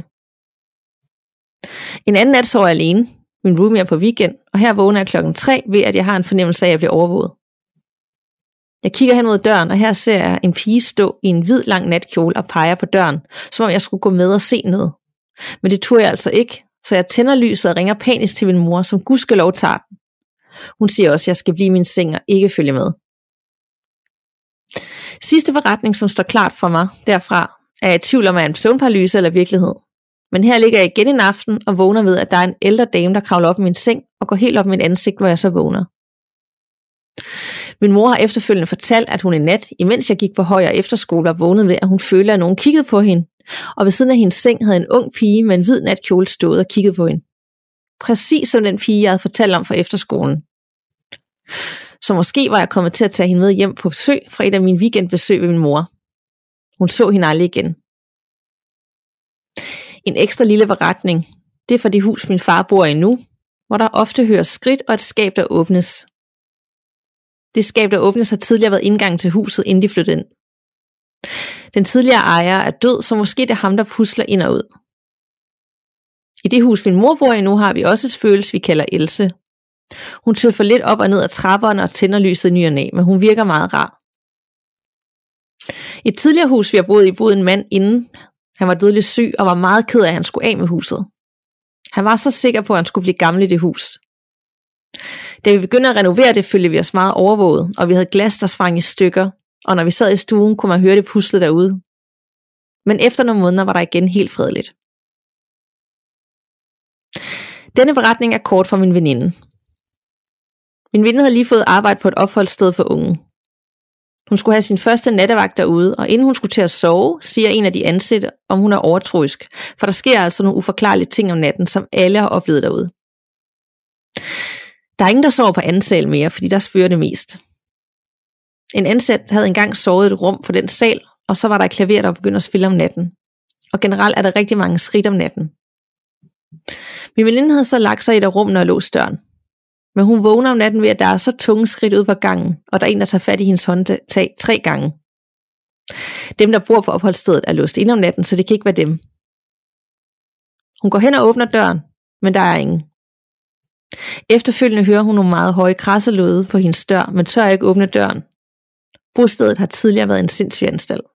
En anden nat sover jeg alene. Min roomie er på weekend, og her vågner jeg 3:00 ved, at jeg har en fornemmelse af, at jeg bliver overvåget. Jeg kigger hen mod døren, og her ser jeg en pige stå i en hvid lang natkjole og peger på døren, som om jeg skulle gå med og se noget. Men det turde jeg altså ikke, så jeg tænder lyset og ringer panisk til min mor, som gudskelov tager den. Hun siger også, at jeg skal blive i min seng og ikke følge med. Sidste forretning, som står klart for mig derfra, er jeg i tvivl om, at en søvnparalyse eller virkelighed. Men her ligger jeg igen en aften og vågner ved, at der er en ældre dame, der kravler op i min seng og går helt op i mit ansigt, hvor jeg så vågner. Min mor har efterfølgende fortalt, at hun en nat, imens jeg gik på Højer efterskole, var vågnet ved, at hun følte, at nogen kiggede på hende, og ved siden af hendes seng havde en ung pige med en hvid natkjole stået og kigget på hende. Præcis som den pige, jeg havde fortalt om fra efterskolen. Så måske var jeg kommet til at tage hende med hjem på besøg fra et af mine weekendbesøg ved min mor. Hun så hende aldrig igen. En ekstra lille beretning, det er fra det hus, min far bor i nu. hvor der ofte høres skridt og et skab, der åbnes. Det skab, der åbnes, har tidligere været indgangen til huset, inden de flyttede ind. Den tidligere ejer er død, så måske det er ham, der pusler ind og ud. I det hus, min mor bor i nu, har vi også et spøgelse, vi kalder Else. Hun tøffer lidt op og ned ad trapperne og tænder lyset i ny og næ, men hun virker meget rar. I et tidligere hus, vi har boet i, boede en mand inden. Han var dødeligt syg og var meget ked af, at han skulle af med huset. Han var så sikker på, at han skulle blive gammel i det hus. Da vi begyndte at renovere det, følte vi os meget overvåget, og vi havde glas, der sprang i stykker, og når vi sad i stuen, kunne man høre det pusle derude. Men efter nogle måneder var der igen helt fredeligt. Denne beretning er kort fra min veninde. Min veninde havde lige fået arbejde på et opholdssted for unge. Hun skulle have sin første nattevagt derude, og inden hun skulle til at sove, siger en af de ansatte, om hun er overtroisk, for der sker altså nogle uforklarlige ting om natten, som alle har oplevet derude. Der er ingen, der sover på anden sal mere, fordi der spørger det mest. En ansat havde engang sovet i et rum på den sal, og så var der et klaver, der begyndte at spille om natten. Og generelt er der rigtig mange skridt om natten. Min veninde havde så lagt sig i et af rummene og låst døren. Men hun vågner om natten ved, at der er så tunge skridt ud på gangen, og der er en, der tager fat i hendes håndtag 3 gange. Dem, der bor på opholdsstedet, er låst inde om natten, så det kan ikke være dem. Hun går hen og åbner døren, men der er ingen. Efterfølgende hører hun nogle meget høje krasselåde på hendes dør, men tør ikke åbne døren. Bostedet har tidligere været en sindssygeanstalt.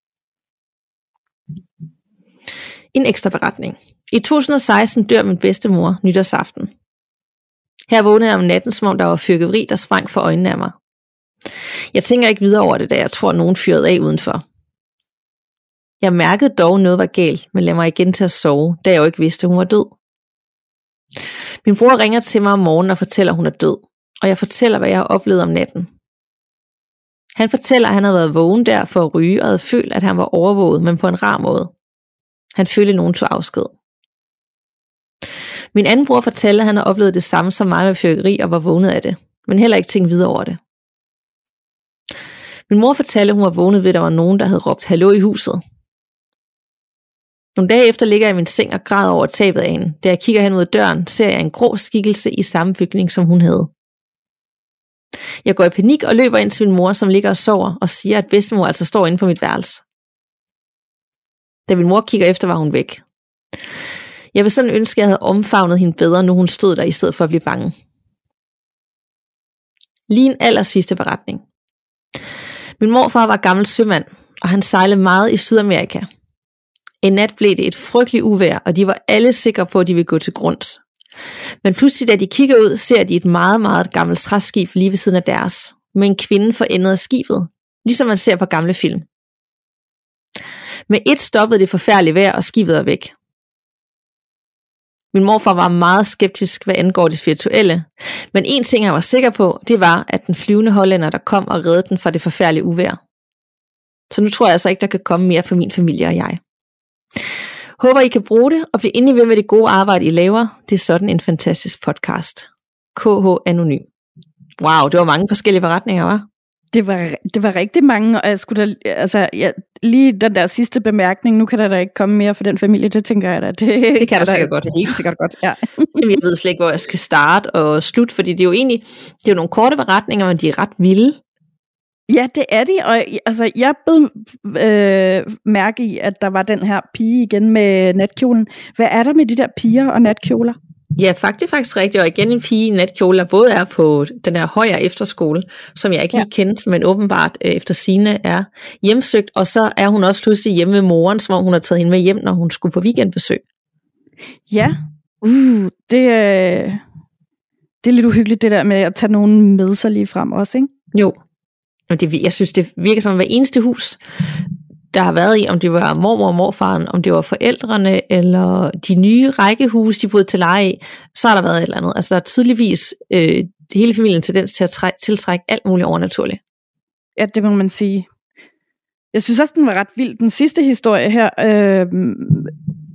En ekstra beretning. I 2016 dør min bedstemor nytårsaften. Her vågnede jeg om natten, som om der var fyrkeri, der sprang for øjnene af mig. Jeg tænker ikke videre over det, da jeg tror, nogen fyrede af udenfor. Jeg mærkede dog, noget var galt, men lagde mig igen til at sove, da jeg jo ikke vidste, at hun var død. Min bror ringer til mig om morgenen og fortæller, at hun er død, og jeg fortæller, hvad jeg har oplevet om natten. Han fortæller, at han havde været vågen der for at ryge, og havde følt, at han var overvåget, men på en rar måde. Han følte, at nogen tog afsked. Min anden bror fortæller, at han har oplevet det samme som mig med fyrkeri og var vågnet af det, men heller ikke tænkt videre over det. Min mor fortalte, at hun var vågnet ved, at der var nogen, der havde råbt hallo i huset. Nogle dage efter ligger jeg i min seng og græder over tabet af hende. Da jeg kigger hen mod døren, ser jeg en grå skikkelse i samme bygning, som hun havde. Jeg går i panik og løber ind til min mor, som ligger og sover, og siger, at bedstemor altså står inde på mit værelse. Da min mor kigger efter, var hun væk. Jeg vil sådan ønske, at jeg havde omfavnet hende bedre, nu hun stod der, i stedet for at blive bange. Lige en allersidste beretning. Min morfar var gammel sømand, og han sejlede meget i Sydamerika. En nat blev det et frygteligt uvejr, og de var alle sikre på, at de ville gå til grunds. Men pludselig, da de kigger ud, ser de et meget, meget gammelt træskib lige ved siden af deres, med en kvinde for enden af skibet, ligesom man ser på gamle film. Med et stoppede det forfærdelige vejr, og skibet er væk. Min morfar var meget skeptisk, hvad angår det spirituelle, men en ting, han var sikker på, det var, at den flyvende hollænder, der kom og reddede den fra det forfærdelige uvejr. Så nu tror jeg altså ikke, der kan komme mere for min familie og jeg. Håber, I kan bruge det og blive enige ved med det gode arbejde, I laver. Det er sådan en fantastisk podcast. KH Anonym. Wow, det var mange forskellige beretninger, hva'? Det var rigtig mange, og jeg skulle da, lige den der sidste bemærkning, nu kan der da ikke komme mere for den familie, det tænker jeg da. Det kan der sikkert godt. Helt sikkert godt, ja. Jamen, jeg ved slet ikke, hvor jeg skal starte og slutte, fordi det er jo nogle korte beretninger, men de er ret vilde. Ja, det er de, og altså, jeg blev mærke i, at der var den her pige igen med natkjolen. Hvad er der med de der piger og natkjoler? Ja, faktisk rigtigt, og igen en pige i natkjole, der både er på den her højere efterskole, som jeg ikke lige kendte, men åbenbart efter sigende er hjemsøgt, og så er hun også pludselig hjemme med moren, som om hun har taget hende med hjem, når hun skulle på weekendbesøg. Ja, det er lidt uhyggeligt, det der med at tage nogen med sig lige frem også, ikke? Jo, og jeg synes, det virker som hver eneste hus, der har været i, om det var mormor og morfaren, om det var forældrene, eller de nye rækkehuse, de boede til leje i, så har der været et eller andet. Altså der er tydeligvis hele familien tendens til at tiltrække alt muligt overnaturligt. Ja, det må man sige. Jeg synes også, den var ret vild. Den sidste historie her,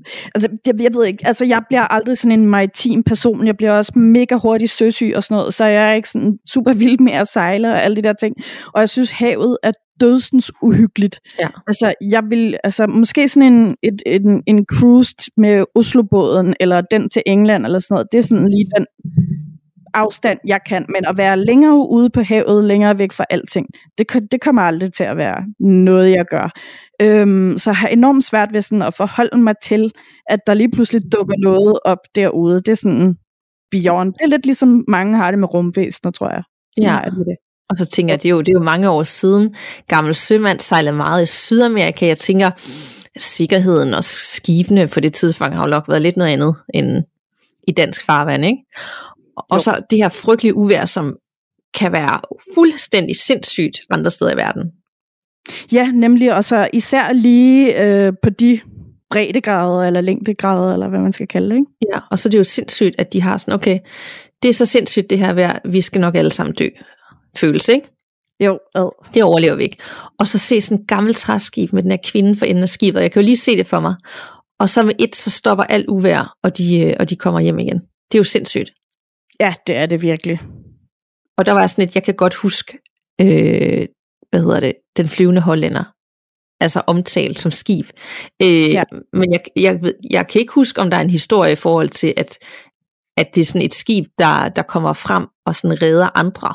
Altså, jeg ved ikke, altså jeg bliver aldrig sådan en maritim person, jeg bliver også mega hurtigt søsyg og sådan noget, så jeg er ikke sådan super vild med at sejle og alle de der ting, og jeg synes havet er dødsens uhyggeligt. Ja. Altså jeg vil, altså måske sådan en cruise med Oslobåden, eller den til England eller sådan noget, det er sådan lige den afstand jeg kan, men at være længere ude på havet, længere væk fra alting, det kommer aldrig til at være noget jeg gør. Så jeg har enormt svært ved sådan at forholde mig til, at der lige pludselig dukker noget op derude. Det er sådan beyond. Det er lidt ligesom mange har det med rumvæsener, tror jeg. Ja. Og så tænker jeg, det er jo mange år siden. Gammel sømand sejlede meget i Sydamerika. Jeg tænker, sikkerheden og skibene på det tidspunkt har jo nok været lidt noget andet end i dansk farvand, ikke? Og så det her frygtelige uvejr, som kan være fuldstændig sindssygt andre steder i verden. Ja, nemlig, og så især lige på de breddegrader eller længdegrader, eller hvad man skal kalde det, ikke? Ja, og så er det jo sindssygt, at de har sådan, okay, det er så sindssygt det her vejr, vi skal nok alle sammen dø. Følelse, ikke? Jo, det overlever vi ikke. Og så se sådan en gammel træskib med den her kvinde for enden af skibet, jeg kan jo lige se det for mig. Og så med så stopper alt uvejr, og de kommer hjem igen. Det er jo sindssygt. Ja, det er det virkelig. Og der var sådan et, jeg kan godt huske, den flyvende hollænder, altså omtalt som skib. Ja. Men jeg kan ikke huske, om der er en historie i forhold til, at det er sådan et skib, der kommer frem og sådan redder andre.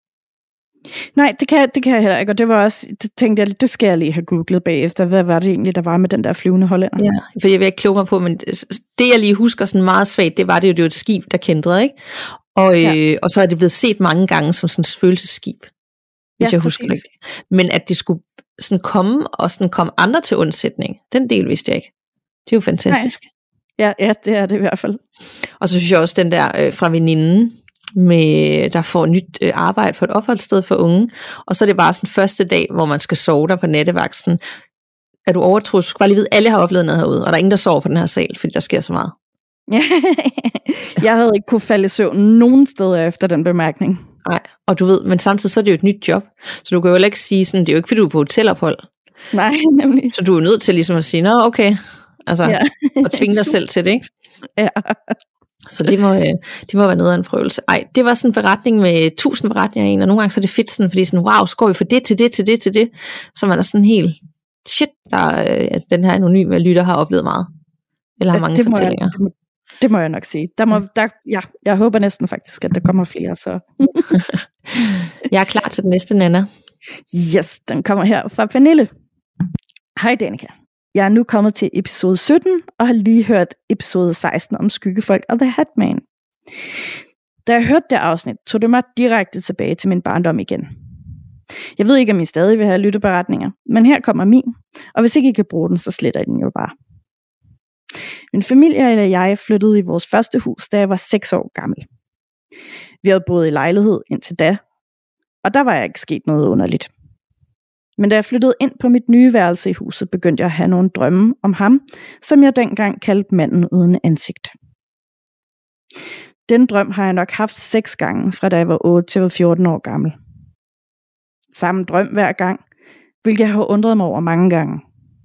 Nej, det kan jeg heller ikke, og det var også, det tænkte jeg, det skal jeg lige have googlet bagefter, hvad var det egentlig, der var med den der flyvende hollænder? Ja, for jeg vil ikke kloge mig på, men det jeg lige husker sådan meget svagt, det var et skib, der kendte, ikke? Og så er det blevet set mange gange som sådan et følelsesskib, hvis jeg husker rigtigt. Men at det skulle sådan komme, og sådan komme andre til undsætning, den del vidste jeg ikke. Det er jo fantastisk. Ja, det er det i hvert fald. Og så synes jeg også, den der fra veninden, der får nyt arbejde på et opholdssted for unge, og så er det bare sådan første dag, hvor man skal sove der på nattevagten. Er du overtroet? Du skal bare lige vide, at alle har oplevet noget herude, og der er ingen, der sover på den her sal, fordi der sker så meget. Jeg havde ikke kunne falde i søvn nogen steder efter den bemærkning. Nej, og du ved, men samtidig så er det jo et nyt job, så du kan jo heller ikke sige sådan, det er jo ikke fordi du er på hotelophold. Nej, nemlig. Så du er nødt til ligesom at sige, nå okay, altså, og tvinge dig selv til det, ikke? Ja. Så det må være noget af en prøvelse. Ej, det var sådan en beretning med 1000 beretninger i en, og nogle gange så er det fedt sådan, fordi sådan, wow, så går vi fra det til det til det til det, så man er sådan helt, shit, den her anonyme lytter har oplevet meget, eller har mange fortællinger. Det må jeg nok sige. Jeg håber næsten faktisk, at der kommer flere. Så. Jeg er klar til den næste, Nanna. Yes, den kommer her fra Pernille. Hej Danika. Jeg er nu kommet til episode 17, og har lige hørt episode 16 om skyggefolk og The Hatman. Da jeg hørte det afsnit, tog det mig direkte tilbage til min barndom igen. Jeg ved ikke, om I stadig vil have lytteberetninger, men her kommer min, og hvis ikke I kan bruge den, så sletter I den jo bare. Min familie og jeg flyttede i vores første hus, da jeg var 6 år gammel. Vi havde boet i lejlighed indtil da, og der var jeg ikke sket noget underligt. Men da jeg flyttede ind på mit nye værelse i huset, begyndte jeg at have nogle drømme om ham, som jeg dengang kaldte manden uden ansigt. Den drøm har jeg nok haft 6 gange, fra da jeg var 8 til 14 år gammel. Samme drøm hver gang, hvilket jeg har undret mig over mange gange.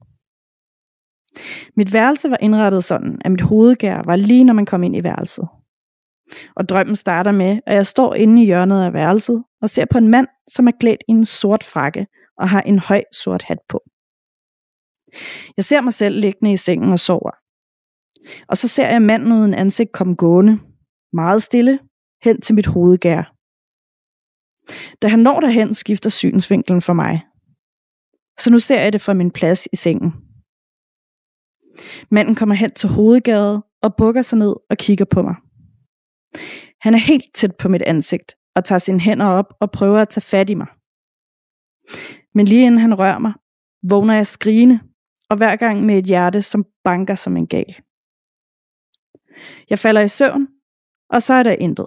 Mit værelse var indrettet sådan, at mit hovedgær var lige når man kom ind i værelset. Og drømmen starter med, at jeg står inde i hjørnet af værelset og ser på en mand, som er klædt i en sort frakke og har en høj sort hat på. Jeg ser mig selv liggende i sengen og sover. Og så ser jeg manden uden ansigt komme gående, meget stille, hen til mit hovedgær. Da han når derhen, skifter synsvinklen for mig. Så nu ser jeg det fra min plads i sengen. Manden kommer hen til hovedgæret og bukker sig ned og kigger på mig. Han er helt tæt på mit ansigt og tager sine hænder op og prøver at tage fat i mig. Men lige inden han rører mig, vågner jeg skrigende, og hver gang med et hjerte, som banker som en gal. Jeg falder i søvn, og så er der intet.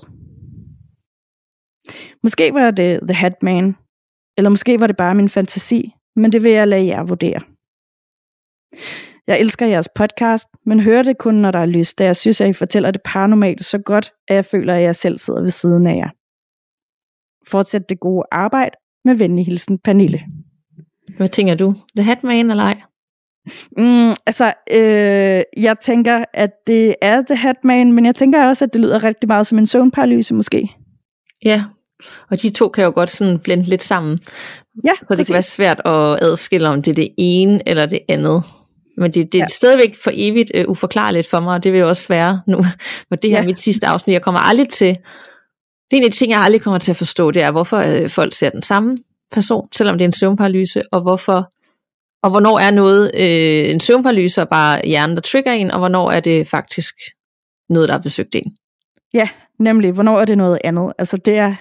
Måske var det The Hatman, eller måske var det bare min fantasi, men det vil jeg lade jer vurdere. Jeg elsker jeres podcast, men hører det kun, når der er lyst, da jeg synes, at I fortæller det paranormalt så godt, at jeg føler, at jeg selv sidder ved siden af jer. Fortsæt det gode arbejde. Med venlig hilsen, Pernille. Hvad tænker du? The Hatman eller ej? Jeg tænker, at det er The Hatman, men jeg tænker også, at det lyder rigtig meget som en søvnparalyse måske. Ja, og de to kan jo godt sådan blende lidt sammen. Ja, så det kan være svært at adskille, om det er det ene eller det andet. Men det er stadigvæk for evigt uforklarligt for mig, og det vil jo også være nu, hvor det her er mit sidste afsnit. Jeg kommer aldrig til, det er en af de ting, jeg aldrig kommer til at forstå, det er, hvorfor folk ser den samme person, selvom det er en søvnparalyse, og hvornår er noget en søvnparalyse og bare hjernen, der trigger en, og hvornår er det faktisk noget, der har besøgt en. Ja, nemlig, hvornår er det noget andet? Altså det er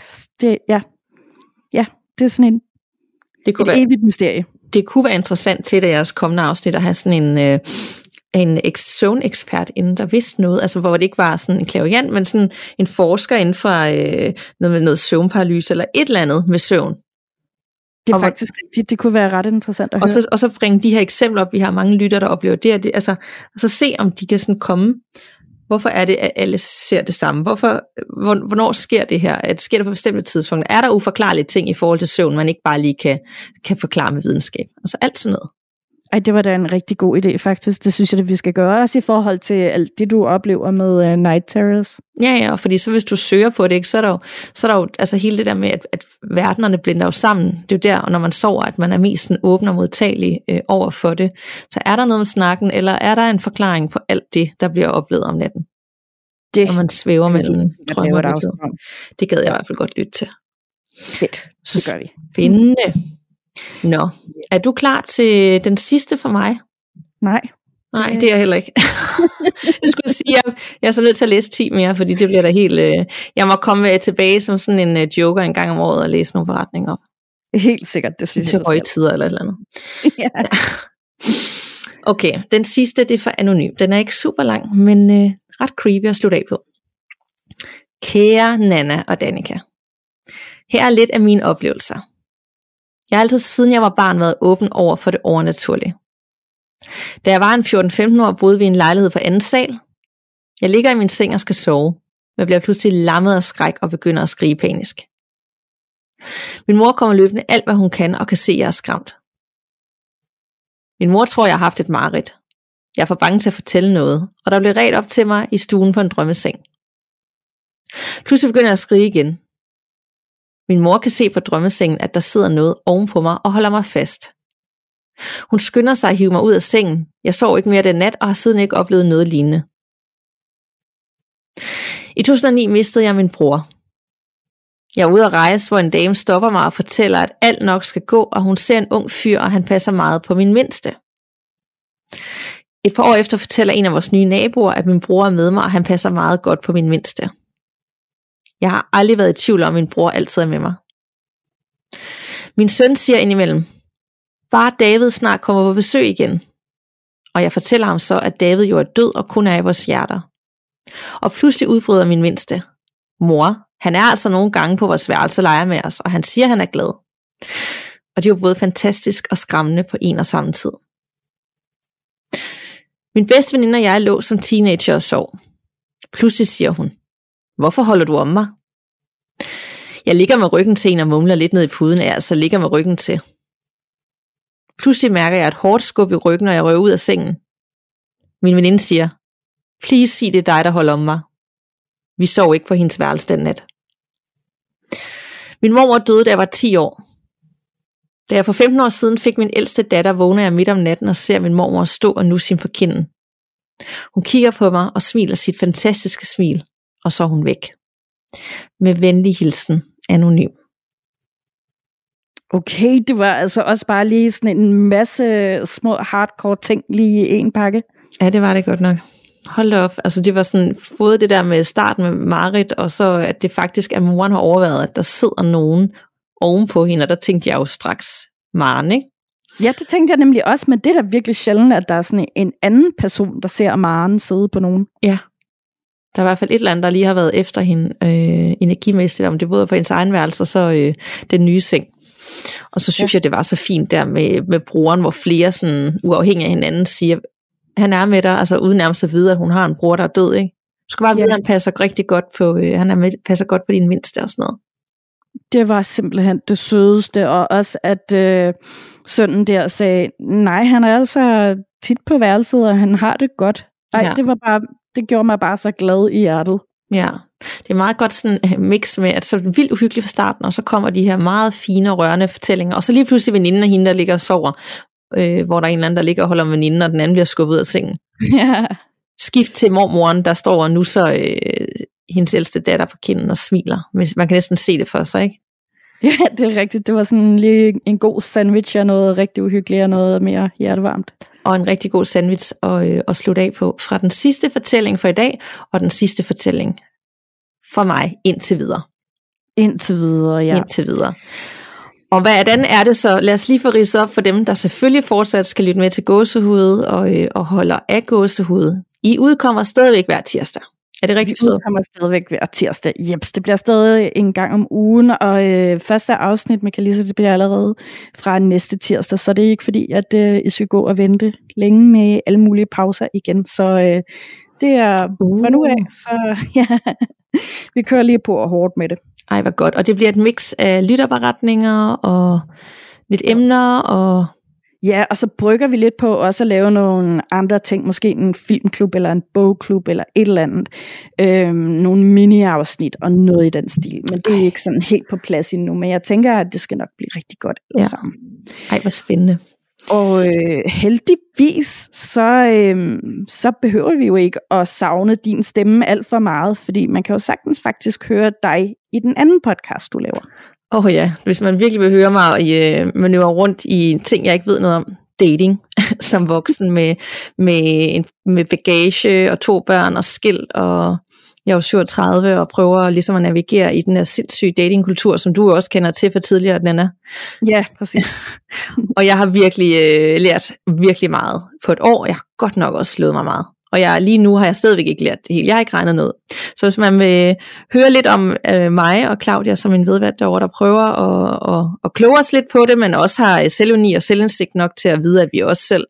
sådan et evigt mysterie. Det kunne være interessant til jeres kommende afsnit at have sådan en søvnekspert inden, der vidste noget, altså hvor det ikke var sådan en clairvoyant, men sådan en forsker inden for noget søvnparalyse eller et eller andet med søvn. Det er faktisk rigtigt, det kunne være ret interessant at høre. Og så bringe de her eksempler op, vi har mange lytter, der oplever det, altså, og så se om de kan sådan komme. Hvorfor er det, at alle ser det samme? Hvornår sker det her? Sker det på bestemte tidspunkter? Er der uforklarlige ting i forhold til søvn, man ikke bare lige kan forklare med videnskab? Altså alt sådan noget. Ej, det var da en rigtig god idé faktisk. Det synes jeg, at vi skal gøre også i forhold til alt det, du oplever med night terrors. Ja, fordi så hvis du søger på det, ikke, så er der jo altså hele det der med, at verdenerne blinder jo sammen. Det er jo der, og når man sover, at man er mest sådan åben og modtagelig over for det. Så er der noget med snakken, eller er der en forklaring på alt det, der bliver oplevet om natten? Det, og man svæver mellem drømme og virkelighed. Det gad jeg i hvert fald godt lytte til. Fedt, så gør vi. Spændende. Nå, er du klar til den sidste for mig? Nej, det er jeg heller ikke. Jeg skulle sige, jeg er så nødt til at læse 10 mere, fordi det bliver da helt... Jeg må komme tilbage som sådan en joker en gang om året og læse nogle forretninger op. Helt sikkert, det synes jeg. Til højtider eller et eller andet. Ja. Okay, den sidste, det er for anonym. Den er ikke super lang, men ret creepy at slutte af på. Kære Nana og Danika. Her er lidt af mine oplevelser. Jeg har altid siden jeg var barn været åben over for det overnaturlige. Da jeg var en 14-15 år, boede vi i en lejlighed på anden sal. Jeg ligger i min seng og skal sove, men bliver pludselig lammet af skræk og begynder at skrige panisk. Min mor kommer løbende alt, hvad hun kan, og kan se, at jeg er skræmt. Min mor tror, jeg har haft et mareridt. Jeg er for bange til at fortælle noget, og der bliver redt op til mig i stuen på en drømmeseng. Pludselig begynder jeg at skrige igen. Min mor kan se på drømmesengen, at der sidder noget ovenpå mig og holder mig fast. Hun skynder sig at hive mig ud af sengen. Jeg sov ikke mere den nat og har siden ikke oplevet noget lignende. I 2009 mistede jeg min bror. Jeg er ude at rejse, hvor en dame stopper mig og fortæller, at alt nok skal gå, og hun ser en ung fyr, og han passer meget på min mindste. Et par år efter fortæller en af vores nye naboer, at min bror er med mig, og han passer meget godt på min mindste. Jeg har aldrig været i tvivl om, at min bror altid er med mig. Min søn siger indimellem, bare David snart kommer på besøg igen. Og jeg fortæller ham så, at David jo er død og kun er i vores hjerter. Og pludselig udbryder min mindste. Mor, han er altså nogle gange på vores værelse og leger med os, og han siger, at han er glad. Og det er jo både fantastisk og skræmmende på en og samme tid. Min bedste veninde og jeg lå som teenager og sov. Pludselig siger hun, hvorfor holder du om mig? Jeg ligger med ryggen til en og mumler lidt ned i puden af, så ligger med ryggen til. Pludselig mærker jeg et hårdt skub i ryggen, når jeg rører ud af sengen. Min veninde siger, please sig det er dig, der holder om mig. Vi sov ikke på hendes værelse den nat. Min mormor døde, da jeg var 10 år. Da jeg for 15 år siden fik min ældste datter, vågner jeg midt om natten og ser min mormor stå og nusse hende på kinden. Hun kigger på mig og smiler sit fantastiske smil, og så er hun væk. Med venlig hilsen, anonym. Okay, det var altså også bare lige sådan en masse små hardcore ting lige i en pakke. Ja, det var det godt nok. Hold da op. Altså det var sådan, både det der med starten med Marit, og så at det faktisk er moren har overvejet, at der sidder nogen ovenpå hende, og der tænkte jeg jo straks Maren, ikke? Ja, det tænkte jeg nemlig også, men det er da virkelig sjældent, at der er sådan en anden person, der ser Maren sidde på nogen. Ja. Der er i hvert fald et eller andet, der lige har været efter hende energimæssigt, om det både på hendes egen værelse, og så den nye seng. Og så synes jeg, det var så fint der med broren, hvor flere sådan uafhængige af hinanden siger, han er med dig, altså uden nærmest at vide, at hun har en bror, der er død, ikke? Du skal bare vide, at han passer rigtig godt på, passer godt på din mindste og sådan noget. Det var simpelthen det sødeste, og også at sønnen der sagde, nej, han er altså tit på værelset, og han har det godt. Ej, det gjorde mig bare så glad i hjertet. Ja, det er meget godt sådan mix med, at så er det vildt uhyggeligt fra starten, og så kommer de her meget fine og rørende fortællinger, og så lige pludselig veninden af hende, der ligger og sover, hvor der er en eller anden, der ligger og holder om veninden, og den anden bliver skubbet ud af sengen. Ja. Skift til mormoren, der står nu så hendes ældste datter på kinden og smiler. Man kan næsten se det for sig, ikke? Ja, det er rigtigt. Det var sådan lige en god sandwich af noget rigtig uhyggeligt og noget mere hjertevarmt. Og en rigtig god sandwich at slutte af på fra den sidste fortælling for i dag, og den sidste fortælling for mig indtil videre. Indtil videre, ja. Indtil videre. Og hvordan er det så? Lad os lige få ridset op for dem, der selvfølgelig fortsat skal lytte med til Gåsehud og holder af Gåsehud. I udkommer stadigvæk hver tirsdag. Er det rigtigt forstået? Vi udkommer stadigvæk hver tirsdag. Jeps, det bliver stadig en gang om ugen, og første afsnit med Kalisa, det bliver allerede fra næste tirsdag, så det er ikke fordi, at I skal gå og vente længe med alle mulige pauser igen. Så det er fra nu af, så ja, vi kører lige på og hårdt med det. Ej, hvor godt. Og det bliver et mix af lytterberetninger og lidt emner og... Ja, og så brygger vi lidt på også at lave nogle andre ting, måske en filmklub eller en bogklub eller et eller andet. Nogle mini-afsnit og noget i den stil. Men det er ikke sådan helt på plads endnu, men jeg tænker, at det skal nok blive rigtig godt alle sammen. Ej, hvor spændende. Og heldigvis, så behøver vi jo ikke at savne din stemme alt for meget, fordi man kan jo sagtens faktisk høre dig i den anden podcast, du laver. Ja, hvis man virkelig vil høre mig manøvrere rundt i ting, jeg ikke ved noget om, dating som voksen med bagage og 2 børn og skilt, og jeg er jo 37 og prøver ligesom at navigere i den her sindssyge datingkultur, som du også kender til fra tidligere, Nana. Ja, præcis. Og jeg har virkelig lært virkelig meget på et år. Jeg har godt nok også slået mig meget. Og lige nu har jeg stadigvæk ikke lært det hele. Jeg har ikke regnet noget. Så hvis man vil høre lidt om mig og Claudia som en vedvært derovre, der prøver at kloge os lidt på det, men også har selvuni og selvindsigt nok til at vide, at vi også selv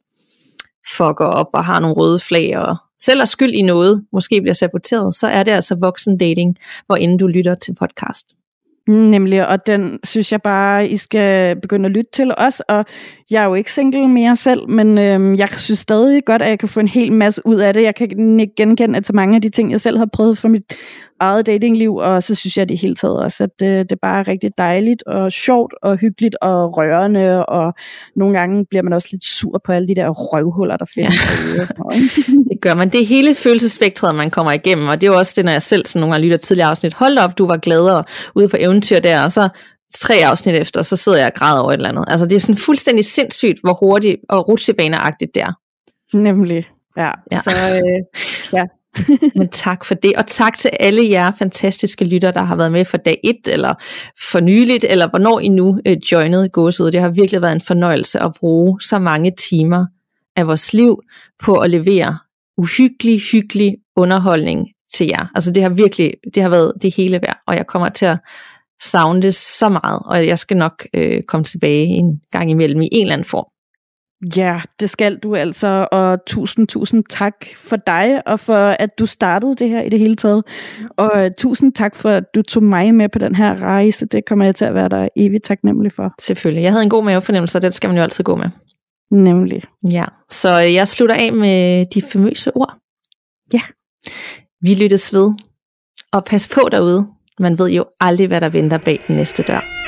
fucker op og har nogle røde flag og selv er skyld i noget, måske bliver saboteret, så er det altså voksendating, hvor inden du lytter til podcast. Nemlig, og den synes jeg bare, I skal begynde at lytte til os, og jeg er jo ikke single mere selv, men jeg synes stadig godt, at jeg kan få en hel masse ud af det. Jeg kan ikke genkende til mange af de ting, jeg selv har prøvet for mit eget datingliv, og så synes jeg det hele taget også, at det bare er rigtig dejligt og sjovt og hyggeligt og rørende, og nogle gange bliver man også lidt sur på alle de der røvhuller, der findes derude og sådan noget. Det gør man. Det er hele følelsesspektret, man kommer igennem, og det er jo også det, når jeg selv sådan nogle gange lytter tidligere afsnit. Hold op, du var gladere ude på eventyr der, og så 3 afsnit efter, så sidder jeg og græder over et eller andet. Altså det er sådan fuldstændig sindssygt, hvor hurtigt og rutsjebaneagtigt det er. Nemlig, ja. Så ja. Men tak for det, og tak til alle jer fantastiske lyttere, der har været med fra dag 1, eller for nyligt, eller hvornår I nu joinede Gåsehud. Det har virkelig været en fornøjelse at bruge så mange timer af vores liv på at levere hyggelig underholdning til jer. Altså det har været det hele værd, og jeg kommer til at savne det så meget, og jeg skal nok komme tilbage en gang imellem i en eller anden form. Ja, det skal du altså, og tusind tak for dig, og for at du startede det her i det hele taget, og tusind tak for at du tog mig med på den her rejse. Det kommer jeg til at være der evigt taknemmelig for. Selvfølgelig, jeg havde en god mavefornemmelse, og det skal man jo altid gå med. Nemlig. Ja, så jeg slutter af med de famøse ord. Ja. Vi lyttes ved, og pas på derude. Man ved jo aldrig, hvad der venter bag den næste dør.